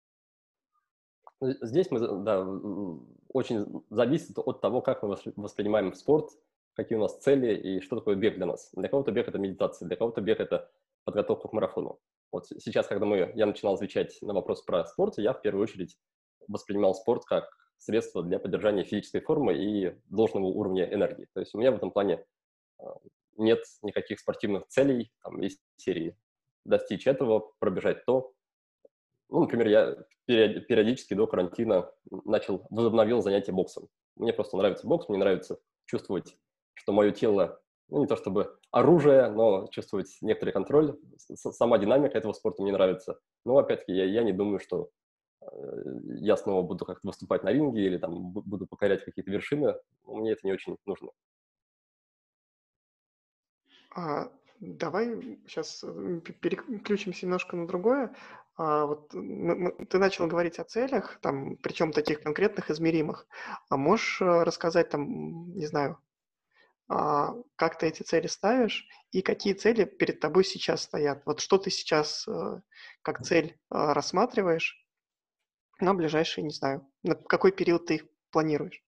Здесь мы, да, очень зависит от того, как мы воспринимаем спорт, какие у нас цели и что такое бег для нас. Для кого-то бег — это медитация, для кого-то бег — это подготовка к марафону. Вот сейчас, когда мы, я начинал отвечать на вопрос про спорт, я в первую очередь воспринимал спорт как средство для поддержания физической формы и должного уровня энергии. То есть у меня в этом плане нет никаких спортивных целей там, из серии достичь этого, пробежать то. Ну, например, я периодически до карантина начал, возобновил занятия боксом. Мне просто нравится бокс, мне нравится чувствовать, что мое тело, ну, не то чтобы оружие, но чувствовать некоторый контроль. Сама динамика этого спорта мне нравится. Но, опять-таки, я, я не думаю, что э, я снова буду как-то выступать на ринге или там буду покорять какие-то вершины. Мне это не очень нужно. А, давай сейчас переключимся немножко на другое. А, вот мы- мы- ты начал говорить о целях, там, причем таких конкретных, измеримых. А можешь э, рассказать там, не знаю, а, как ты эти цели ставишь и какие цели перед тобой сейчас стоят? Вот что ты сейчас э, как цель а, рассматриваешь на ближайшие, не знаю, на какой период ты их планируешь?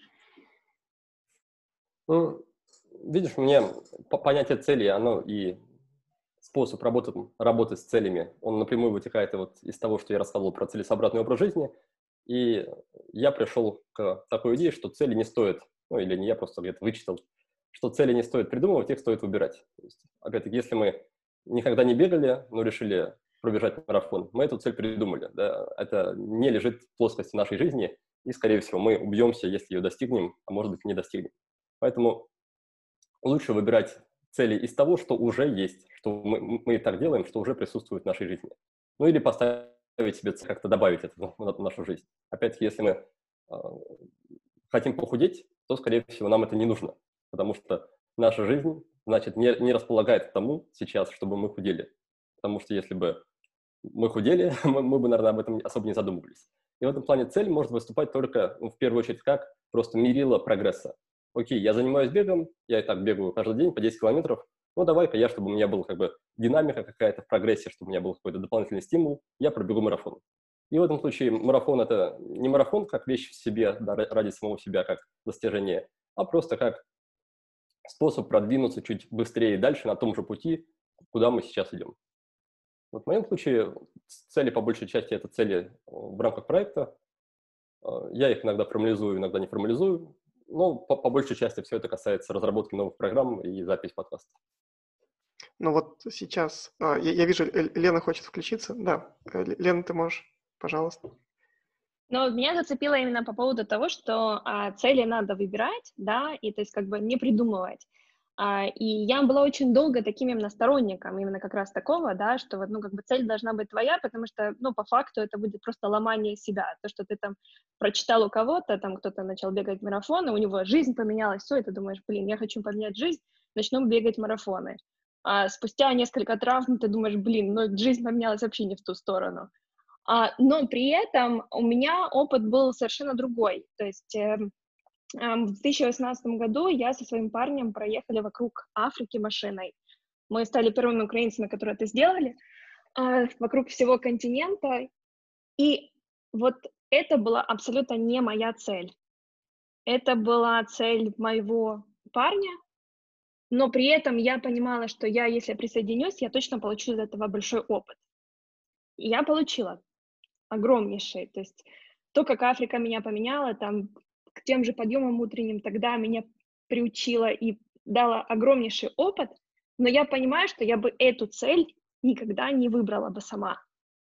Ну, видишь, мне по- понятие цели, оно и способ работы, работы с целями, он напрямую вытекает и вот из того, что я рассказывал про целесообразный образ жизни. И я пришел к такой идее, что цели не стоит, ну или не я просто где-то вычитал, что цели не стоит придумывать, их стоит выбирать. То есть, опять-таки, если мы никогда не бегали, но решили пробежать марафон, мы эту цель придумали. Да? Это не лежит в плоскости нашей жизни, и, скорее всего, мы убьемся, если ее достигнем, а может быть, не достигнем. Поэтому лучше выбирать цели из того, что уже есть, что мы, мы и так делаем, что уже присутствует в нашей жизни. Ну или поставить себе цель, как-то добавить это в нашу жизнь. Опять-таки, если мы э, хотим похудеть, то, скорее всего, нам это не нужно, потому что наша жизнь значит, не, не располагает к тому сейчас, чтобы мы худели. Потому что если бы мы худели, мы, мы бы, наверное, об этом особо не задумывались. И в этом плане цель может выступать только, ну, в первую очередь, как просто мерило прогресса. Окей, я занимаюсь бегом, я и так бегаю каждый день по десять километров, ну, давай-ка я, чтобы у меня была как бы динамика какая-то в прогрессе, чтобы у меня был какой-то дополнительный стимул, я пробегу марафон. И в этом случае марафон — это не марафон как вещь в себе, да, ради самого себя, как достижение, а просто как способ продвинуться чуть быстрее и дальше на том же пути, куда мы сейчас идем. Вот в моем случае цели, по большей части, это цели в рамках проекта. Я их иногда формализую, иногда не формализую, но по, по большей части все это касается разработки новых программ и записи подкастов. Ну вот сейчас, а, я, я вижу, Лена хочет включиться. Да, Лена, ты можешь, пожалуйста. Но меня зацепило именно по поводу того, что а, цели надо выбирать, да, и то есть как бы не придумывать. А, и я была очень долго таким именно сторонником, именно как раз такого, да, что вот, ну, как бы цель должна быть твоя, потому что, ну, по факту это будет просто ломание себя. То, что ты там прочитал у кого-то, там кто-то начал бегать марафоны, у него жизнь поменялась, все, и ты думаешь, блин, я хочу поменять жизнь, начну бегать марафоны. А спустя несколько травм ты думаешь, блин, ну, жизнь поменялась вообще не в ту сторону. А, но при этом у меня опыт был совершенно другой. То есть э, э, в две тысячи восемнадцатом году я со своим парнем проехали вокруг Африки машиной. Мы стали первыми украинцами, которые это сделали, э, вокруг всего континента. И вот это была абсолютно не моя цель. Это была цель моего парня, но при этом я понимала, что я, если присоединюсь, я точно получу из этого большой опыт. И я получила огромнейший. То есть то, как Африка меня поменяла, там, к тем же подъемам утренним, тогда меня приучила и дала огромнейший опыт, но я понимаю, что я бы эту цель никогда не выбрала бы сама.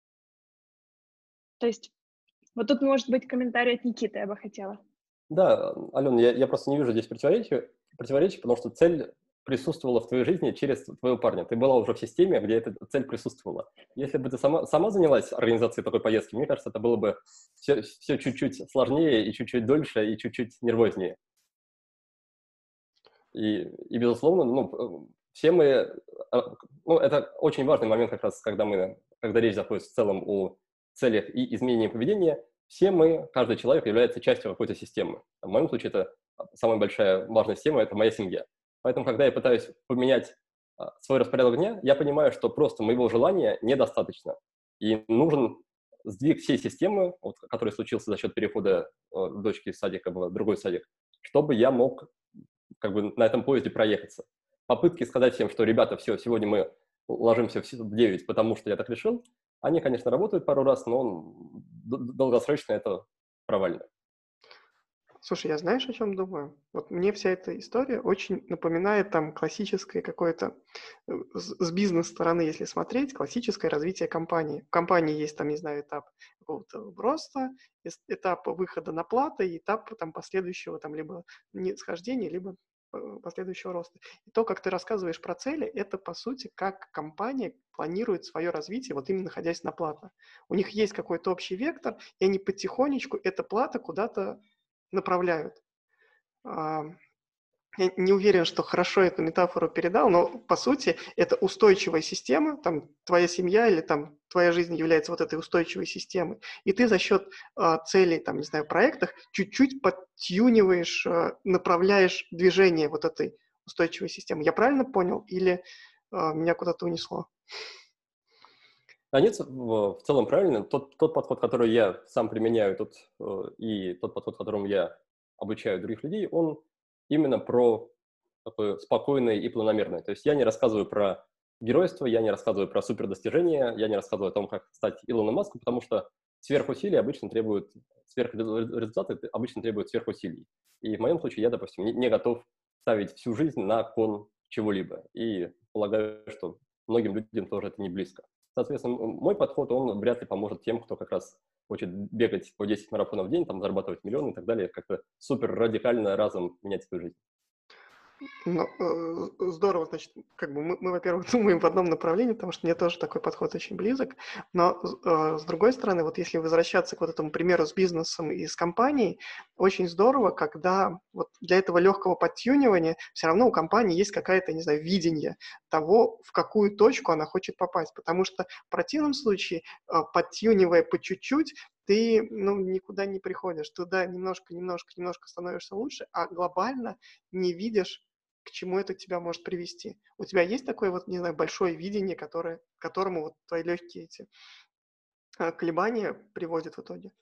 То есть вот тут может быть комментарий от Никиты, я бы хотела. Да, Алена, я, я просто не вижу здесь противоречия, противоречия, потому что цель присутствовала в твоей жизни через твоего парня. Ты была уже в системе, где эта цель присутствовала. Если бы ты сама, сама занялась организацией такой поездки, мне кажется, это было бы все, все чуть-чуть сложнее и чуть-чуть дольше, и чуть-чуть нервознее. И, и безусловно, ну, все мы... Ну, это очень важный момент как раз, когда, мы, когда речь заходит в целом о целях и изменении поведения. Все мы, каждый человек является частью какой-то системы. В моем случае это самая большая важная система — это моя семья. Поэтому, когда я пытаюсь поменять свой распорядок дня, я понимаю, что просто моего желания недостаточно. И нужен сдвиг всей системы, вот, который случился за счет перехода э, дочки из садика в другой садик, чтобы я мог как бы на этом поезде проехаться. Попытки сказать всем, что, ребята, все, сегодня мы ложимся в девять, потому что я так решил, они, конечно, работают пару раз, но долгосрочно это провально. Слушай, я знаешь, о чем думаю? Вот мне вся эта история очень напоминает там классическое какое-то, с бизнес-стороны, если смотреть, классическое развитие компании. В компании есть там, не знаю, этап какого-то роста, этап выхода на платы и этап там последующего там либо нисхождения, либо последующего роста. И то, как ты рассказываешь про цели, это, по сути, как компания планирует свое развитие, вот именно находясь на плато. У них есть какой-то общий вектор, и они потихонечку эта плата куда-то направляют. Я не уверен, что хорошо эту метафору передал, но по сути это устойчивая система, там твоя семья или там твоя жизнь является вот этой устойчивой системой, и ты за счет а, целей, там, не знаю, проектах чуть-чуть подтюниваешь, а, направляешь движение вот этой устойчивой системы. Я правильно понял или а, меня куда-то унесло? А нет, в, в целом правильно. Тот, тот подход, который я сам применяю, тот, и тот подход, которым я обучаю других людей, он именно про такое спокойное и планомерное. То есть я не рассказываю про геройство, я не рассказываю про супердостижения, я не рассказываю о том, как стать Илоном Маском, потому что сверхусилия обычно требуют, сверхрезультаты обычно требуют сверхусилий. И в моем случае я, допустим, не, не готов ставить всю жизнь на кон чего-либо. И полагаю, что многим людям тоже это не близко. Соответственно, мой подход, он вряд ли поможет тем, кто как раз хочет бегать по десять марафонов в день, там, зарабатывать миллионы и так далее, как-то супер радикально разом менять свою жизнь. Ну, э, здорово, значит, как бы мы, мы, во-первых, думаем в одном направлении, потому что мне тоже такой подход очень близок, но э, с другой стороны, вот если возвращаться к вот этому примеру с бизнесом и с компанией, очень здорово, когда вот для этого легкого подтюнивания все равно у компании есть какая-то, не знаю, видение того, в какую точку она хочет попасть, потому что в противном случае, э, подтюнивая по чуть-чуть, ты, ну, никуда не приходишь, туда немножко, немножко, немножко становишься лучше, а глобально не видишь, к чему это тебя может привести. У тебя есть такое вот, не знаю, большое видение, которое, к которому вот твои легкие эти а, колебания приводят в итоге?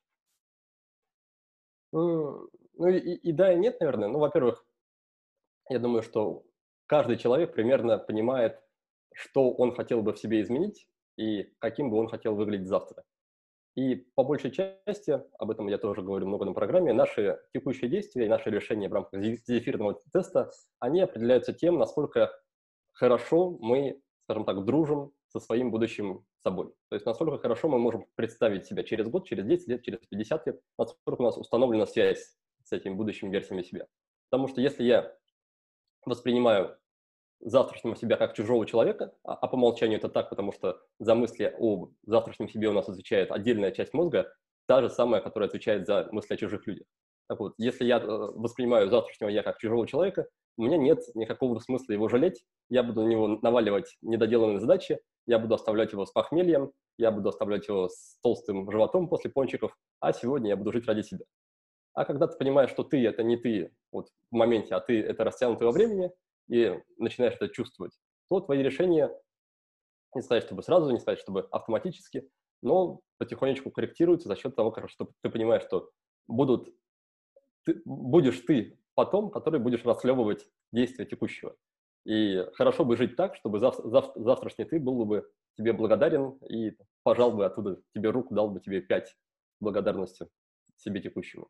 М, Ну и, и- и да, и нет, наверное. Ну, во-первых, я думаю, что каждый человек примерно понимает, что он хотел бы в себе изменить и каким бы он хотел выглядеть завтра. И по большей части, об этом я тоже говорю много на программе, наши текущие действия и наши решения в рамках зи- зефирного теста, они определяются тем, насколько хорошо мы, скажем так, дружим со своим будущим собой. То есть насколько хорошо мы можем представить себя через год, через десять лет, через пятьдесят лет, насколько у нас установлена связь с этими будущими версиями себя. Потому что если я воспринимаю завтрашнего себя как чужого человека, а, а по умолчанию это так, потому что за мысли о завтрашнем себе у нас отвечает отдельная часть мозга, та же самая, которая отвечает за мысли о чужих людях. Так вот, если я э, воспринимаю завтрашнего я как чужого человека, у меня нет никакого смысла его жалеть, я буду на него наваливать недоделанные задачи, я буду оставлять его с похмельем, я буду оставлять его с толстым животом после пончиков, а сегодня я буду жить ради себя. А когда ты понимаешь, что ты — это не ты вот в моменте, а ты — это растянутое во времени, и начинаешь это чувствовать, то твои решения, не сказать, чтобы сразу, не сказать, чтобы автоматически, но потихонечку корректируются за счет того, как- что ты понимаешь, что будут, ты, будешь ты потом, который будешь расхлебывать действия текущего. И хорошо бы жить так, чтобы зав, зав- завтрашний ты был бы тебе благодарен и пожал бы оттуда тебе руку, дал бы тебе пять благодарности себе текущему.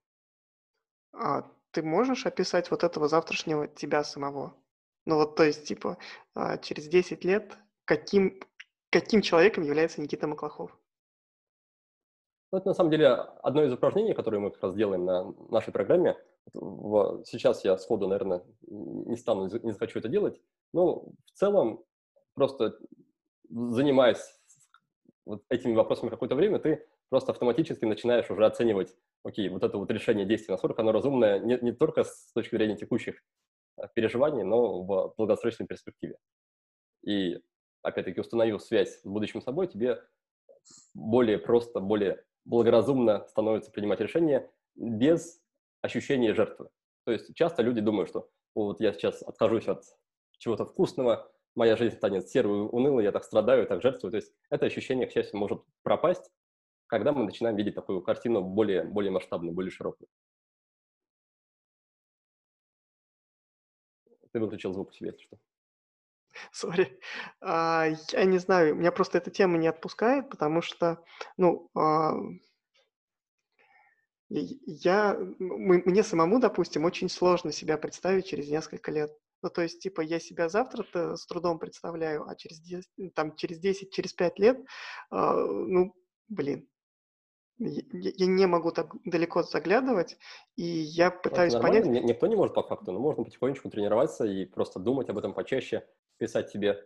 А ты можешь описать вот этого завтрашнего тебя самого? Ну вот, то есть, типа, а, через десять лет каким, каким человеком является Никита Маклахов? Ну, это на самом деле одно из упражнений, которые мы как раз делаем на нашей программе. В- Сейчас я сходу, наверное, не стану, не захочу это делать, но в целом просто занимаясь вот этими вопросами какое-то время, ты просто автоматически начинаешь уже оценивать, окей, вот это вот решение действия, насколько оно разумное не, не только с точки зрения текущих а, переживаний, но в долгосрочной перспективе. И, опять-таки, установив связь с будущим собой, тебе более просто, более благоразумно становится принимать решения без ощущения жертвы. То есть часто люди думают, что вот я сейчас откажусь от чего-то вкусного, моя жизнь станет серой, унылой, я так страдаю, так жертвую. То есть это ощущение, к счастью, может пропасть, когда мы начинаем видеть такую картину более, более масштабную, более широкую. Ты выключил звук у себя, если что. Сори. А, я не знаю, меня просто эта тема не отпускает, потому что, ну, а, И я, м мне самому, допустим, очень сложно себя представить через несколько лет. Ну, то есть, типа, я себя завтра-то с трудом представляю, а через дес там, через десять, через пять лет, а, ну, блин, я я я не могу так далеко заглядывать, и я Но это пытаюсь нормально, понять. ни- никто не может по факту, но можно потихонечку тренироваться и просто думать об этом почаще, писать себе.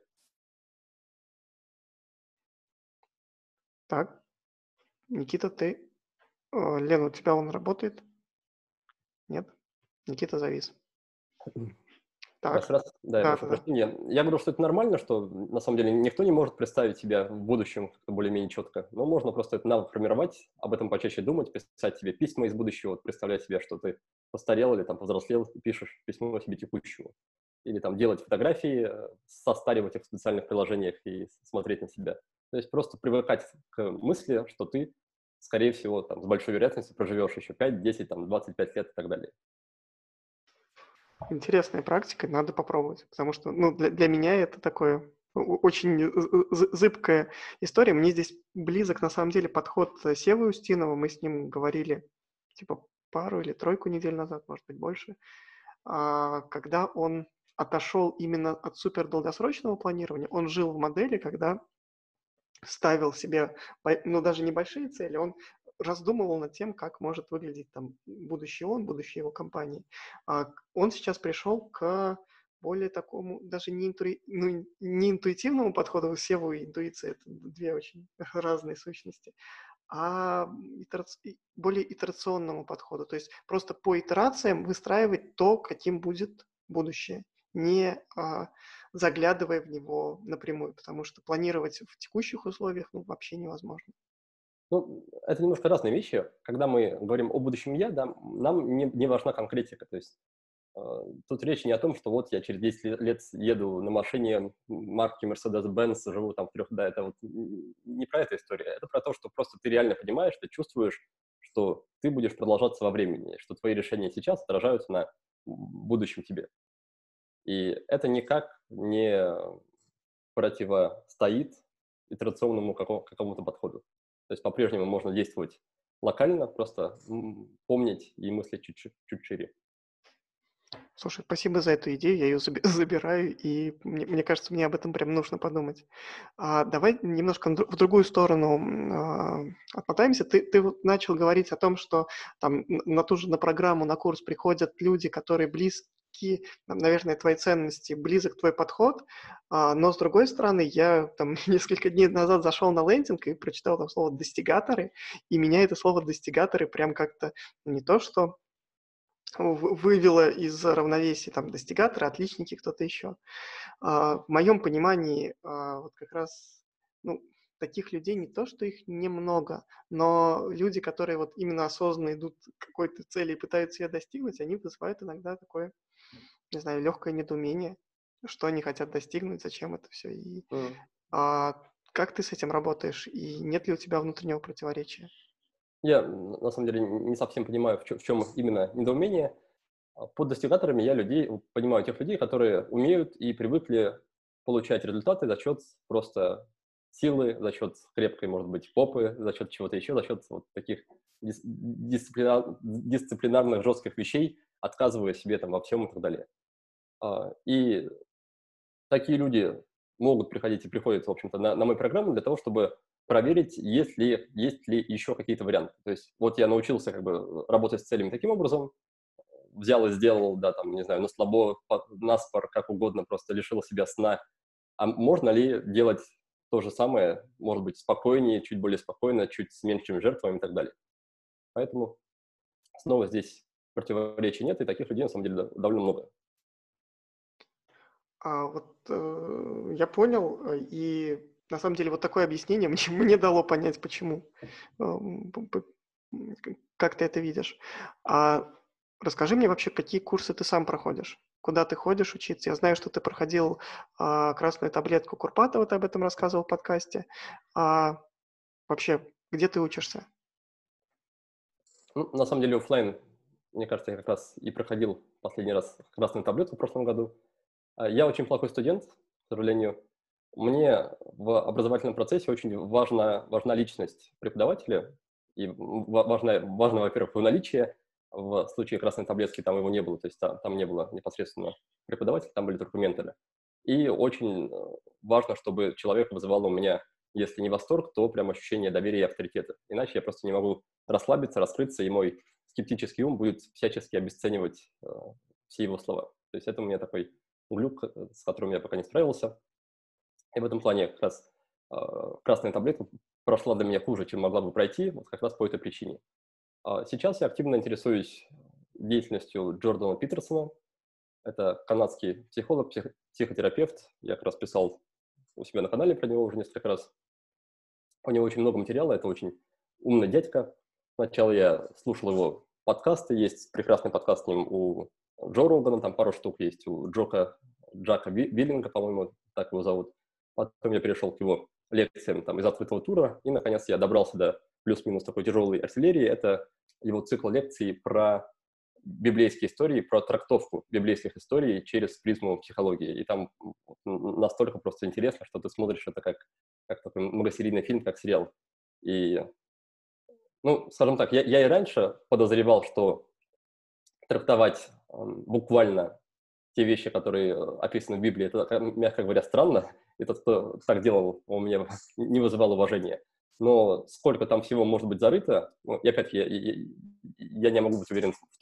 Так, Никита, ты, а, Лена, у тебя он работает? Нет? Никита завис. Раз, Так, раз, да, я прошу да-да-да. прощения. Я говорю, что это нормально, что на самом деле никто не может представить себя в будущем как-то более-менее четко, но можно просто этот навык формировать, об этом почаще думать, писать себе письма из будущего, вот представлять себе, что ты постарел или там повзрослел, и пишешь письмо себе текущему. Или там делать фотографии, э, состаривать их в специальных приложениях и смотреть на себя. То есть просто привыкать к мысли, что ты, скорее всего, там, с большой вероятностью проживешь еще пять, десять, там, двадцать пять лет и так далее. Интересная практика, надо попробовать, потому что, ну, для, для меня это такое о- очень з- з- зыбкая история. Мне здесь близок, на самом деле, подход э, Севы Устинова. Мы с ним говорили, типа, пару или тройку недель назад, может быть, больше, а, когда он отошел именно от супер долгосрочного планирования. Он жил в модели, когда ставил себе, бо- ну, даже небольшие цели, он раздумывал над тем, как может выглядеть там будущий он, будущее его компании. А, Он сейчас пришел к более такому, даже не, интуи, ну, не интуитивному подходу, севу и интуиция — это две очень разные сущности, а итераци- и более итерационному подходу. То есть просто по итерациям выстраивать то, каким будет будущее, не а, заглядывая в него напрямую, потому что планировать в текущих условиях ну, вообще невозможно. Ну, это немножко разные вещи. Когда мы говорим о будущем я, да, нам не, не важна конкретика. То есть э, тут речь не о том, что вот я через десять лет еду на машине марки Mercedes-Benz, живу там в трех, да, это вот не про эту историю. Это про то, что просто ты реально понимаешь, ты чувствуешь, что ты будешь продолжаться во времени, что твои решения сейчас отражаются на будущем тебе. И это никак не противостоит итерационному какому- какому-то подходу. То есть по-прежнему можно действовать локально, просто м, помнить и мыслить чуть-чуть чуть шире. Слушай, спасибо за эту идею, я ее забираю, и мне, мне кажется, мне об этом прям нужно подумать. А, давай немножко в дру- в другую сторону м, а, отмотаемся. Ты, ты вот начал говорить о том, что там н- на ту же на программу, на курс приходят люди, которые близки, там, наверное, твои ценности, близок твой подход, а, но с другой стороны, я там несколько дней назад зашел на лендинг и прочитал там слово «достигаторы», и меня это слово «достигаторы» прям как-то не то, что в- вывела из равновесия там достигаторы, отличники, кто-то еще. А, в моем понимании а, вот как раз ну, таких людей не то, что их немного, но люди, которые вот именно осознанно идут к какой-то цели и пытаются ее достигнуть, они вызывают иногда такое, не знаю, легкое недоумение, что они хотят достигнуть, зачем это все. И М. а, как ты с этим работаешь? И нет ли у тебя внутреннего противоречия? Я, м, на самом деле, не совсем понимаю, в чем именно недоумение. А Под достигаторами я людей, понимаю тех людей, которые умеют и привыкли получать результаты за счет просто силы, за счет крепкой, может быть, попы, за счет чего-то еще, за счет вот таких дис- дисциплина- дисциплинарных жестких вещей, отказывая себе там во всем и так далее. А, И такие люди могут приходить и приходят, в общем-то, на, на мою программу для того, чтобы проверить, есть ли, есть ли еще какие-то варианты. То есть вот я научился как бы работать с целями таким образом, взял и сделал, да, там, не знаю, на слабо, по- наспор, как угодно, просто лишил себя сна. А можно ли делать то же самое, может быть, спокойнее, чуть более спокойно, чуть с меньшими жертвами и так далее. Поэтому снова здесь противоречий нет, и таких людей, на самом деле, да- довольно много. А вот э, я понял, э, и на самом деле вот такое объяснение мне, мне дало понять, почему, эм, п- п- м, к- как ты это видишь. А расскажи мне вообще, какие курсы ты сам проходишь? Куда ты ходишь учиться? Я знаю, что ты проходил а, красную таблетку Курпатова, ты об этом рассказывал в подкасте. А вообще, где ты учишься? Ну, на самом деле, оффлайн, мне кажется, я как раз и проходил последний раз красную таблетку в прошлом году. А, Я очень плохой студент, к сожалению. Мне в образовательном процессе очень важна, важна личность преподавателя. И ва- важно, важно, во-первых, его наличие. В случае красной таблетки там его не было, то есть там, там не было непосредственно преподавателя, там были только менторы. И очень э, важно, чтобы человек вызывал у меня, если не восторг, то прям ощущение доверия и авторитета. Иначе я просто не могу расслабиться, раскрыться, и мой скептический ум будет всячески обесценивать э, все его слова. То есть это у меня такой глюк, э, с которым я пока не справился. И в этом плане как раз э, красная таблетка прошла для меня хуже, чем могла бы пройти, вот как раз по этой причине. А сейчас я активно интересуюсь деятельностью Джордана Питерсона. Это канадский психолог, псих- психотерапевт. Я как раз писал у себя на канале про него уже несколько раз. У него очень много материала, это очень умный дядька. Сначала я слушал его подкасты, есть прекрасный подкаст с ним у Джо Рогана, там пару штук есть, у Джока, Джака Ви- Виллинга, по-моему, так его зовут. Потом я перешел к его лекциям там, из открытого тура, и, наконец, я добрался до плюс-минус такой тяжелой артиллерии. Это его цикл лекций про библейские истории, про трактовку библейских историй через призму психологии. И там настолько просто интересно, что ты смотришь это как, как такой многосерийный фильм, как сериал. И, ну, скажем так, я, я и раньше подозревал, что трактовать эм, буквально те вещи, которые э, описаны в Библии, это, э, мягко говоря, странно. И тот, кто так делал, у меня не вызывал уважения. Но сколько там всего может быть зарыто, ну, и опять я, я, я не могу быть уверен в том,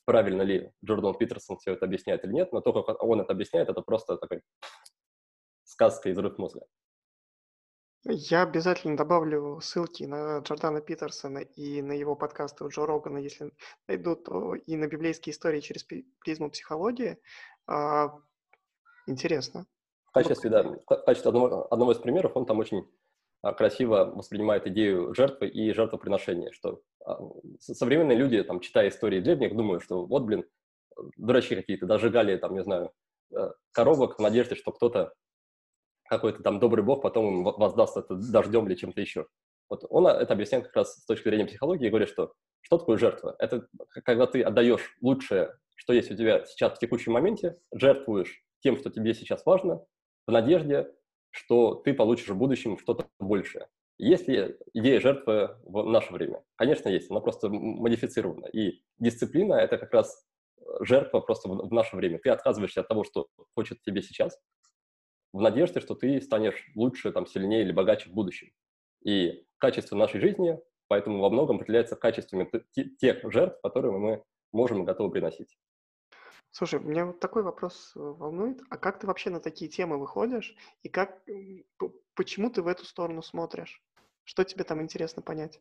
правильно ли Джордан Питерсон все это объясняет или нет, но то, как он это объясняет, это просто такая сказка и взрыв мозга. Я обязательно добавлю ссылки на Джордана Питерсона и на его подкасты у Джо Рогана, если найду, то и на библейские истории через пи- призму психологии. А, интересно. В качестве, да, в качестве одного, одного из примеров он там очень а, красиво воспринимает идею жертвы и жертвоприношения, что а, с- современные люди, там, читая истории древних, думают, что вот, блин, дурачки какие-то, дожигали, там, не знаю, э, коровок в надежде, что кто-то, какой-то там добрый бог потом им во- воздаст это дождем или чем-то еще. Вот он а, это объясняет как раз с точки зрения психологии и говорит, что что такое жертва? Это к- когда ты отдаешь лучшее, что есть у тебя сейчас в текущем моменте, жертвуешь тем, что тебе сейчас важно, в надежде, что ты получишь в будущем что-то большее. Есть ли идея жертвы в наше время? Конечно, есть. Она просто м- модифицирована. И дисциплина — это как раз э, жертва просто в, в наше время. Ты отказываешься от того, что хочет тебе сейчас, в надежде, что ты станешь лучше, там, сильнее или богаче в будущем. И качество нашей жизни поэтому во многом определяется качествами т- те- тех жертв, которые мы можем и готовы приносить. Слушай, меня вот такой вопрос э, волнует. А как ты вообще на такие темы выходишь? И как, м, п- почему ты в эту сторону смотришь? Что тебе там интересно понять?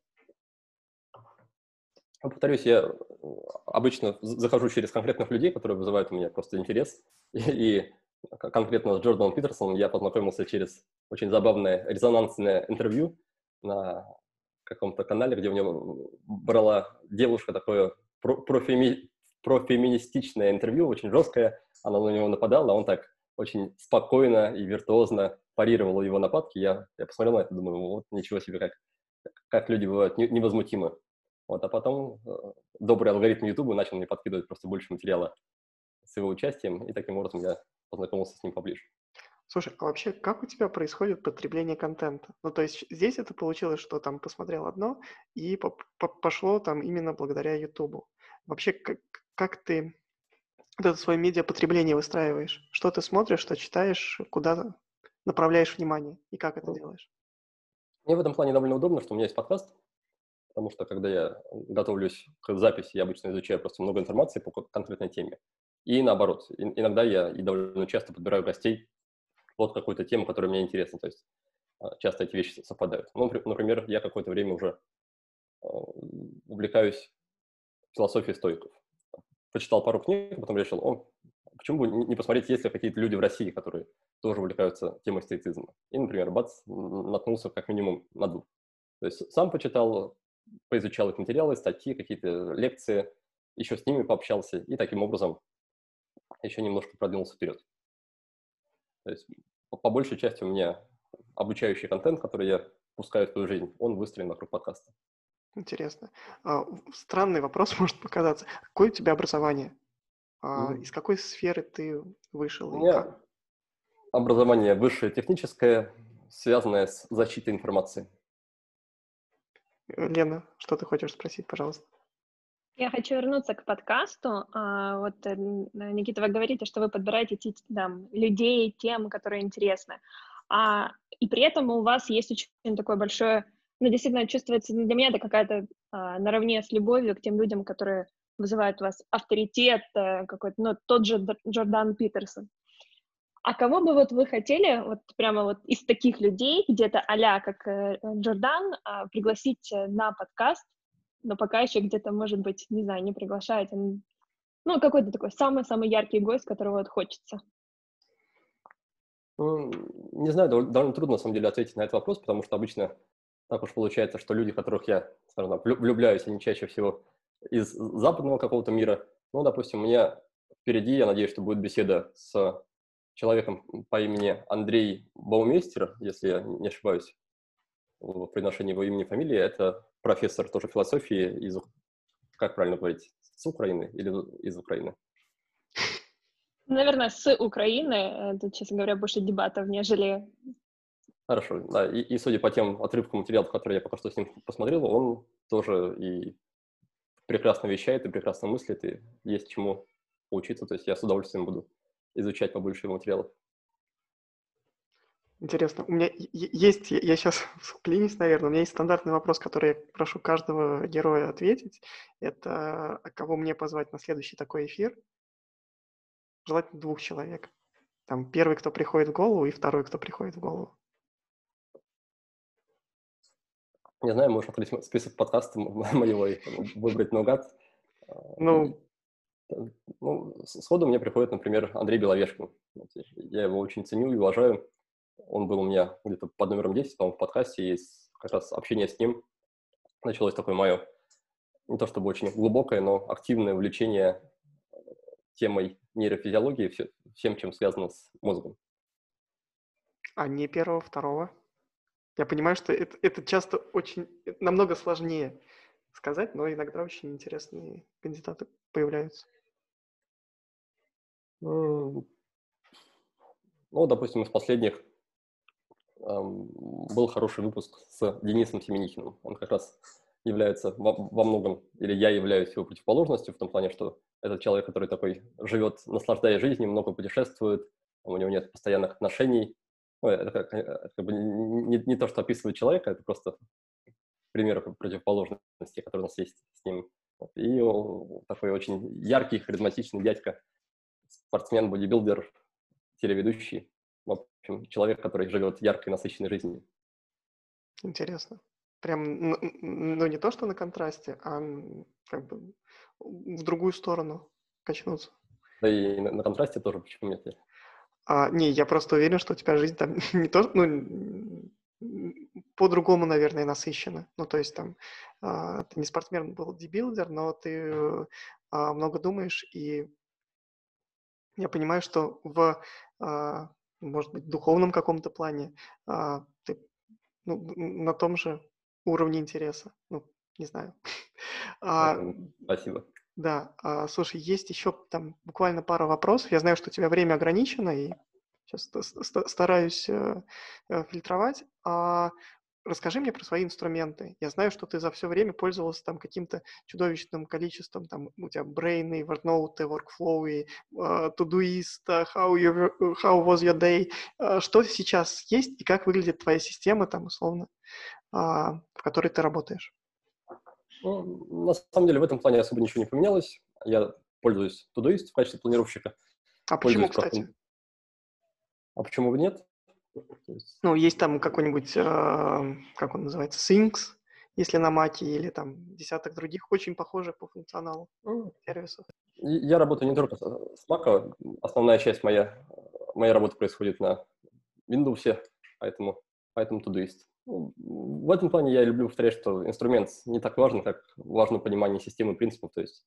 Ну, повторюсь, я э, обычно з- захожу через конкретных людей, которые вызывают у меня просто интерес. И, и к- конкретно с Джорданом Питерсоном я познакомился через очень забавное резонансное интервью на каком-то канале, где у него брала девушка такое про, профеми, профеминистичное интервью, очень жесткое. Она на него нападала, а он так очень спокойно и виртуозно парировал его нападки. Я, я посмотрел на это, думаю, вот ничего себе, как, как люди бывают не- невозмутимы. Вот, а потом э, добрый алгоритм YouTube начал мне подкидывать просто больше материала с его участием, и таким образом я познакомился с ним поближе. Слушай, а вообще как у тебя происходит потребление контента? Ну, то есть здесь это получилось, что там посмотрел одно, и по- по- пошло там именно благодаря Ютубу. Вообще, как, как ты вот это свое медиапотребление выстраиваешь? Что ты смотришь, что читаешь, куда направляешь внимание и как это Ну, делаешь? мне в этом плане довольно удобно, что у меня есть подкаст, потому что когда я готовлюсь к записи, я обычно изучаю просто много информации по ко- конкретной теме. И наоборот, и- иногда я и довольно часто подбираю гостей под какую-то тему, которая мне интересна. То есть а, часто эти вещи совпадают. Ну, напри- например, я какое-то время уже а, увлекаюсь философией стоиков. Почитал пару книг, а потом решил, о, почему бы не не посмотреть, есть ли какие-то люди в России, которые тоже увлекаются темой стоицизма. И, например, бац, н- наткнулся как минимум на двух. То есть сам почитал, поизучал их материалы, статьи, какие-то лекции, еще с ними пообщался, и таким образом еще немножко продвинулся вперед. То есть по, по большей части у меня обучающий контент, который я пускаю в свою жизнь, он выстроен вокруг подкаста. Интересно. А, в- Странный вопрос может показаться. Какое у тебя образование? А, М. Из какой сферы ты вышел У и как? меня образование высшее техническое, связанное с защитой информации. Э, Лена, что ты хочешь спросить, пожалуйста? Я хочу вернуться к подкасту. А, Вот, э, н- э, Никита, вы говорите, что вы подбираете те- там, людей, темы, которые интересны. А, и при этом у вас есть очень такое большое, ну, действительно, чувствуется, ну, для меня это какая-то а, наравне с любовью к тем людям, которые вызывают у вас авторитет э, какой-то, ну, тот же Д- Джордан Питерсон. А кого бы вот вы хотели, вот прямо вот из таких людей, где-то а-ля как э, Джордан, а, пригласить э, на подкаст, но пока еще где-то, может быть, не знаю, не приглашаете, м, ну, какой-то такой самый-самый яркий гость, которого вот хочется. Ну, не знаю, довольно, довольно трудно, на самом деле, ответить на этот вопрос, потому что обычно так уж получается, что люди, в которых я, скажем так, влю- влюбляюсь, они чаще всего из западного какого-то мира. Ну, допустим, у меня впереди, я надеюсь, что будет беседа с человеком по имени Андрей Баумейстер, если я не ошибаюсь в произношении его имени и фамилии. Это профессор тоже философии из, Ук- как правильно говорить, с Украины или из Украины? Наверное, с Украины, э, тут, честно говоря, больше дебатов, нежели... Хорошо, да, и, и судя по тем отрывкам материалов, которые я пока что с ним посмотрел, он тоже и прекрасно вещает, и прекрасно мыслит, и есть чему поучиться, то есть я с удовольствием буду изучать побольше его материалов. Интересно. У меня е- е- есть, я я сейчас вклинюсь, наверное, у меня есть стандартный вопрос, который я прошу каждого героя ответить. Это а кого мне позвать на следующий такой эфир? Желательно двух человек. Там первый, кто приходит в голову, и второй, кто приходит в голову. Не знаю, можешь открыть м- список подкастов м- моего и там выбрать наугад. А, Ну, Т ну, с сходу мне приходит, например, Андрей Беловешкин. Вот я его очень ценю и уважаю. Он был у меня где-то под номером десять, по-моему, в подкасте, и с как раз общение с ним началось такое мое, не то чтобы очень глубокое, но активное увлечение темой нейрофизиологии, всё всем, чем связано с мозгом. а не первого, второго. Я понимаю, что это, это часто очень это намного сложнее сказать, но иногда очень интересные кандидаты появляются. М, ну, допустим, из последних, ам, был хороший выпуск с Денисом Семенихиным. Он как раз является во во многом, или я являюсь его противоположностью в том плане, что это человек, который такой живет, наслаждаясь жизнью, много путешествует, у него нет постоянных отношений. Ну, это как, э, как бы не не то, что описывает человека, это просто примеры п противоположности, которые у нас есть с ним. Вот. И он такой очень яркий, харизматичный дядька, спортсмен, бодибилдер, телеведущий. В общем, человек, который живет яркой, насыщенной жизнью. Интересно. Прям, н- н- ну не то, что на контрасте, а м, как бы в другую сторону качнуться. Да и на на контрасте тоже, почему нет? А, не, я просто уверен, что у тебя жизнь там не то, ну, м, м, по-другому, наверное, насыщена. Ну, то есть там а, ты не спортсмен, был дебилдер, но ты э, а, много думаешь, и я понимаю, что в, а, может быть, духовном каком-то плане а, ты ну, н- на том же уровне интереса. Ну, не знаю. А, Поэтому спасибо. да, а, слушай, есть еще там буквально пара вопросов. Я знаю, что у тебя время ограничено, и сейчас стараюсь э, э, фильтровать. А, расскажи мне про свои инструменты. Я знаю, что ты за все время пользовался там каким-то чудовищным количеством, там у тебя Brain, и OneNote, и Workflow, и э, Todoist, э, how, your, how was your day. Э, Что сейчас есть и как выглядит твоя система, там, условно, а, в которой ты работаешь? Ну, на самом деле в этом плане особо ничего не поменялось. Я пользуюсь Todoist в качестве планировщика, А почему, пользуюсь кстати? просто. А почему бы нет? То есть, Ну, есть там какой-нибудь, э, как он называется, Sphinx, если на Маке, или там десяток других очень похожих по функционалу ну, сервисов. и я работаю не только с с Mac, основная часть моя, моей работы происходит на Windows, поэтому, поэтому Todoist. Ну, в этом плане я люблю повторять, что инструмент не так важен, как важно понимание системы принципов. То есть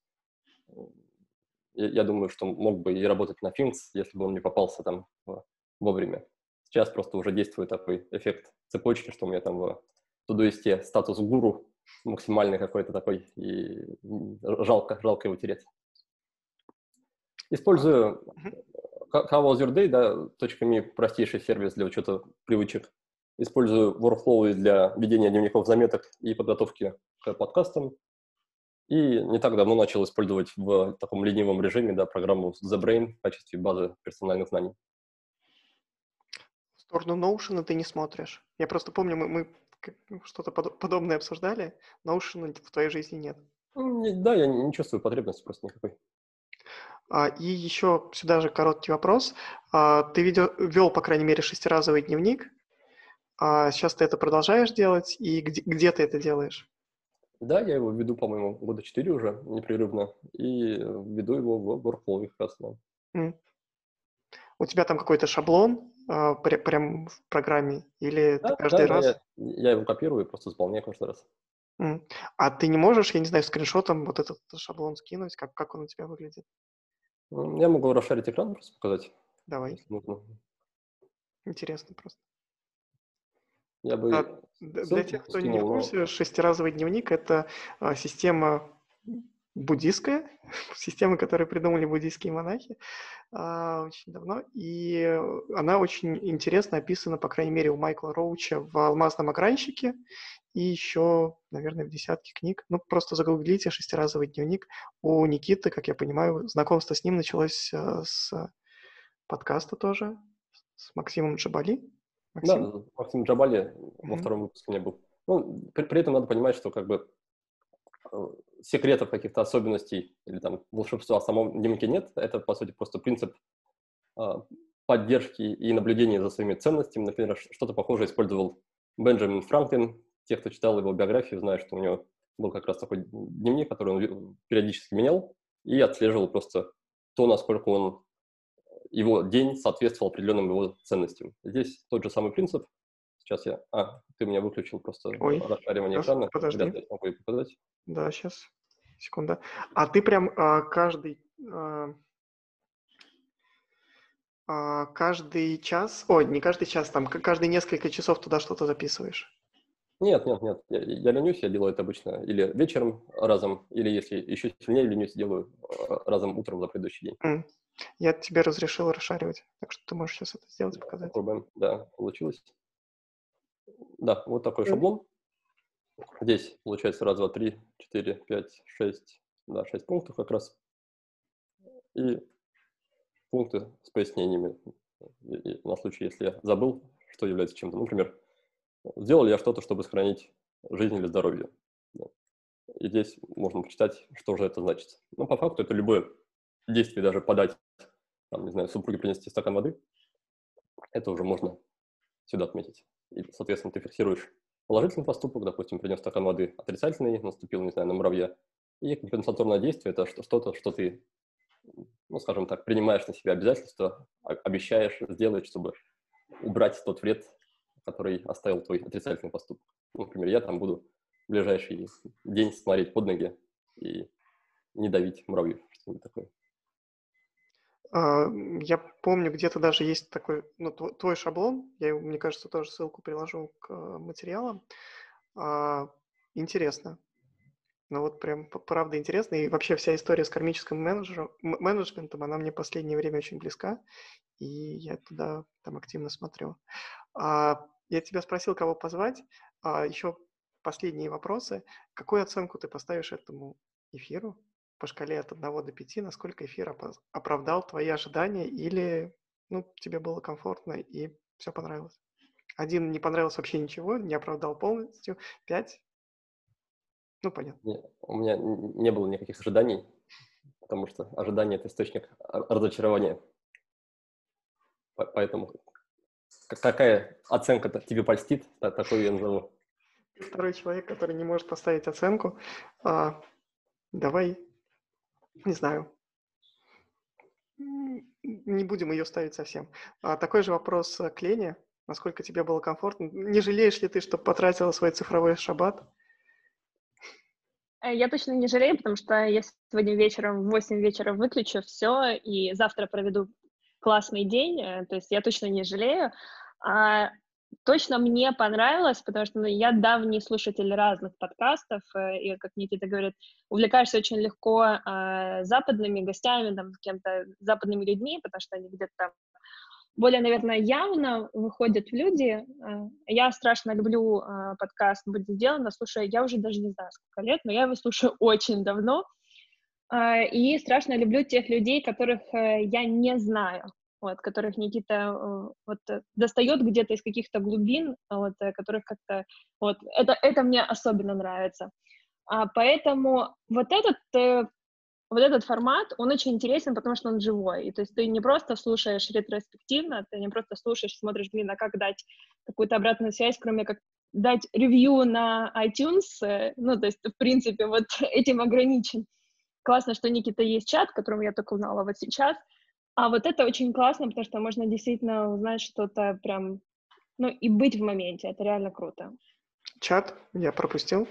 я, я думаю, что мог бы и работать на Things, если бы он не попался там в- вовремя. Сейчас просто уже действует такой эффект цепочки, что у меня там в Todoist статус гуру максимальный какой-то такой, и м, жалко, жалко его терять. А, Использую мгм. How was your day, да, .me, простейший сервис для учета привычек. Использую Workflow для ведения дневников заметок и подготовки к подкастам. И не так давно начал использовать в таком ленивом режиме, да, программу The Brain в качестве базы персональных знаний. В сторону Notion ты не смотришь. Я просто помню, мы, мы как- что-то подо- подобное обсуждали. Notion в твоей жизни нет. Ну, не- Да, я не чувствую потребности просто никакой. А, и еще сюда же короткий вопрос. А, ты ведё- вел, по крайней мере, шестиразовый дневник. А сейчас ты это продолжаешь делать? И где, где ты это делаешь? Да, я его веду, по-моему, года четыре уже непрерывно, и веду его в Workflow как раз. Да. М. У тебя там какой-то шаблон а, пря- прям в программе? Или ты Да, да, каждый да, раз? я, я его копирую и просто заполняю каждый раз. М. А ты не можешь, я не знаю, скриншотом вот этот шаблон скинуть, как, как он у тебя выглядит? М, Я могу расшарить экран, просто показать, Давай, если нужно. интересно просто. Я А, бы д- для тех, ссылку кто не в скинул, но курсе, шестиразовый дневник– это а, система буддийская, система, которую придумали буддийские монахи а, очень давно, и э, она очень интересно описана, по крайней мере, у Майкла Роуча в «Алмазном огранщике» и еще, наверное, в десятке книг. Ну, просто загуглите «Шестиразовый дневник». У Никиты, как я понимаю, знакомство с ним началось э, с подкаста тоже, с Максимом Джабали. Максим? Да, Максим Джабали во Мгм. втором выпуске у меня был. Ну, при, при этом надо понимать, что как бы э, секретов, каких-то особенностей или там волшебства в самом дневнике нет. Это, по сути, просто принцип а, поддержки и наблюдения за своими ценностями. Например, ш- что-то похожее использовал Бенджамин Франклин. Те, кто читал его биографию, знают, что у него был как раз такой дневник, который он ви- периодически менял и отслеживал просто то, насколько он, его день соответствовал определенным его ценностям. Здесь тот же самый принцип. Сейчас я... А, ты меня выключил просто Ой, расшаривание сейчас, экрана. Вряд подожди. ли я смогу ее показать. Да, сейчас. Секунда. А ты прям а, каждый, а, а, каждый час, ой, не каждый час, там, к- каждые несколько часов туда что-то записываешь? Нет, нет, нет. Я, я ленюсь, я делаю это обычно или вечером разом, или если еще сильнее ленюсь, делаю э, разом утром за предыдущий день. М. Я тебе разрешил расшаривать, так что ты можешь сейчас это сделать, показать. Попробуем. Да, получилось. Да, вот такой М. шаблон. Здесь получается раз, два, три, четыре, пять, шесть, да, шесть пунктов как раз. И пункты с пояснениями. И- и на случай, если я забыл, что является чем-то. Например, сделал ли я что-то, чтобы сохранить жизнь или здоровье. Да. И здесь можно почитать, что же это значит. Но по факту это любое действие, даже подать, там, не знаю, супруге принести стакан воды, это уже можно сюда отметить. И, соответственно, ты фиксируешь положительный поступок, допустим, принес стакан воды, отрицательный, наступил, не знаю, на муравья. И компенсаторное действие – это что- что-то, что ты, ну, скажем так, принимаешь на себя обязательства, а- обещаешь сделать, чтобы убрать тот вред, который оставил твой отрицательный поступок. Ну, например, я там буду в ближайший день смотреть под ноги и не давить муравьев, что-нибудь такое. А, м, Я помню, где-то даже есть такой, ну, тво- твой шаблон, я, его, мне кажется, тоже ссылку приложу к э, материалам. А, Интересно. Ну вот прям п- правда интересно. И вообще вся история с кармическим менеджером, м- менеджментом, она мне в последнее время очень близка, и я туда там активно смотрю. А, я тебя спросил, кого позвать. А, еще последние вопросы. Какую оценку ты поставишь этому эфиру по шкале от одного до пяти? Насколько эфир опоз- оправдал твои ожидания или, ну, тебе было комфортно и все понравилось? Один не понравилось вообще ничего, не оправдал полностью. Пять? Ну, понятно. Не- у меня н- не было никаких ожиданий, потому что ожидание – это источник р- разочарования. По- Поэтому к- какая оценка тебе польстит, та- такую я назову. Ты второй человек, который не может поставить оценку. А, давай, не знаю, м, не будем ее ставить совсем. А, такой же вопрос э, к Лене. Насколько тебе было комфортно? Не жалеешь ли ты, что потратила свой цифровой шаббат? Э, Я точно не жалею, потому что я сегодня вечером в восемь вечера выключу все и завтра проведу классный день. э, То есть я точно не жалею. А, точно мне понравилось, потому что ну, я давний слушатель разных подкастов, э, и, как Никита говорит, увлекаешься очень легко а, западными гостями, там, с кем-то, западными людьми, потому что они где-то там более, наверное, явно выходят люди. Э, Я страшно люблю э, подкаст «Будет сделано». Слушаю, я уже даже не знаю, сколько лет, но я его слушаю очень давно. Э, И страшно люблю тех людей, которых э, я не знаю, вот, которых Никита э, вот, э, достает где-то из каких-то глубин, вот, э, которых как-то... Вот, это, это мне особенно нравится. А, Поэтому вот этот э, вот этот формат, он очень интересен, потому что он живой. И то есть ты не просто слушаешь ретроспективно, ты не просто слушаешь, смотришь, блин, а как дать какую-то обратную связь, кроме как дать ревью на iTunes, э, ну, то есть, в принципе, вот этим ограничен. Классно, что, Никита, есть чат, которым я только узнала вот сейчас. А вот это очень классно, потому что можно действительно узнать что-то прям, ну, и быть в моменте. Это реально круто. Чат я пропустил.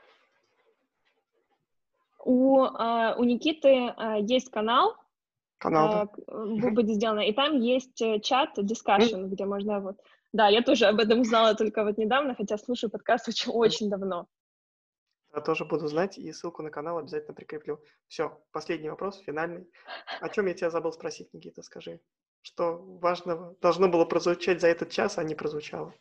У, а, у Никиты а, есть канал, Канал, да? а, к- бу- Мгм. будет сделано. И там есть э, чат, М, discussion, где можно вот... Да, я тоже об этом узнала только вот недавно, хотя слушаю подкаст очень, очень давно. Я тоже буду знать, и ссылку на канал обязательно прикреплю. Все, последний вопрос, финальный. О чем я тебя забыл спросить, Никита, скажи? Что важного должно было прозвучать за этот час, а не прозвучало?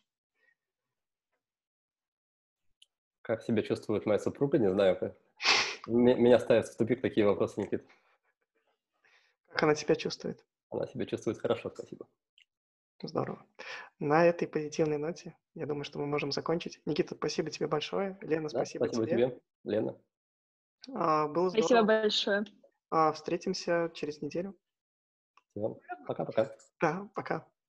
Как себя чувствует моя супруга, не знаю. Как. Ме- Меня ставят в тупик такие вопросы, Никит. Как она себя чувствует? Она себя чувствует хорошо, спасибо. Здорово. На этой позитивной ноте, я думаю, что мы можем закончить. Никита, спасибо тебе большое. Лена, Да, спасибо спасибо тебе. тебе, Лена. А, Было Спасибо здорово. большое. А, Встретимся через неделю. Всем пока-пока. Да, пока.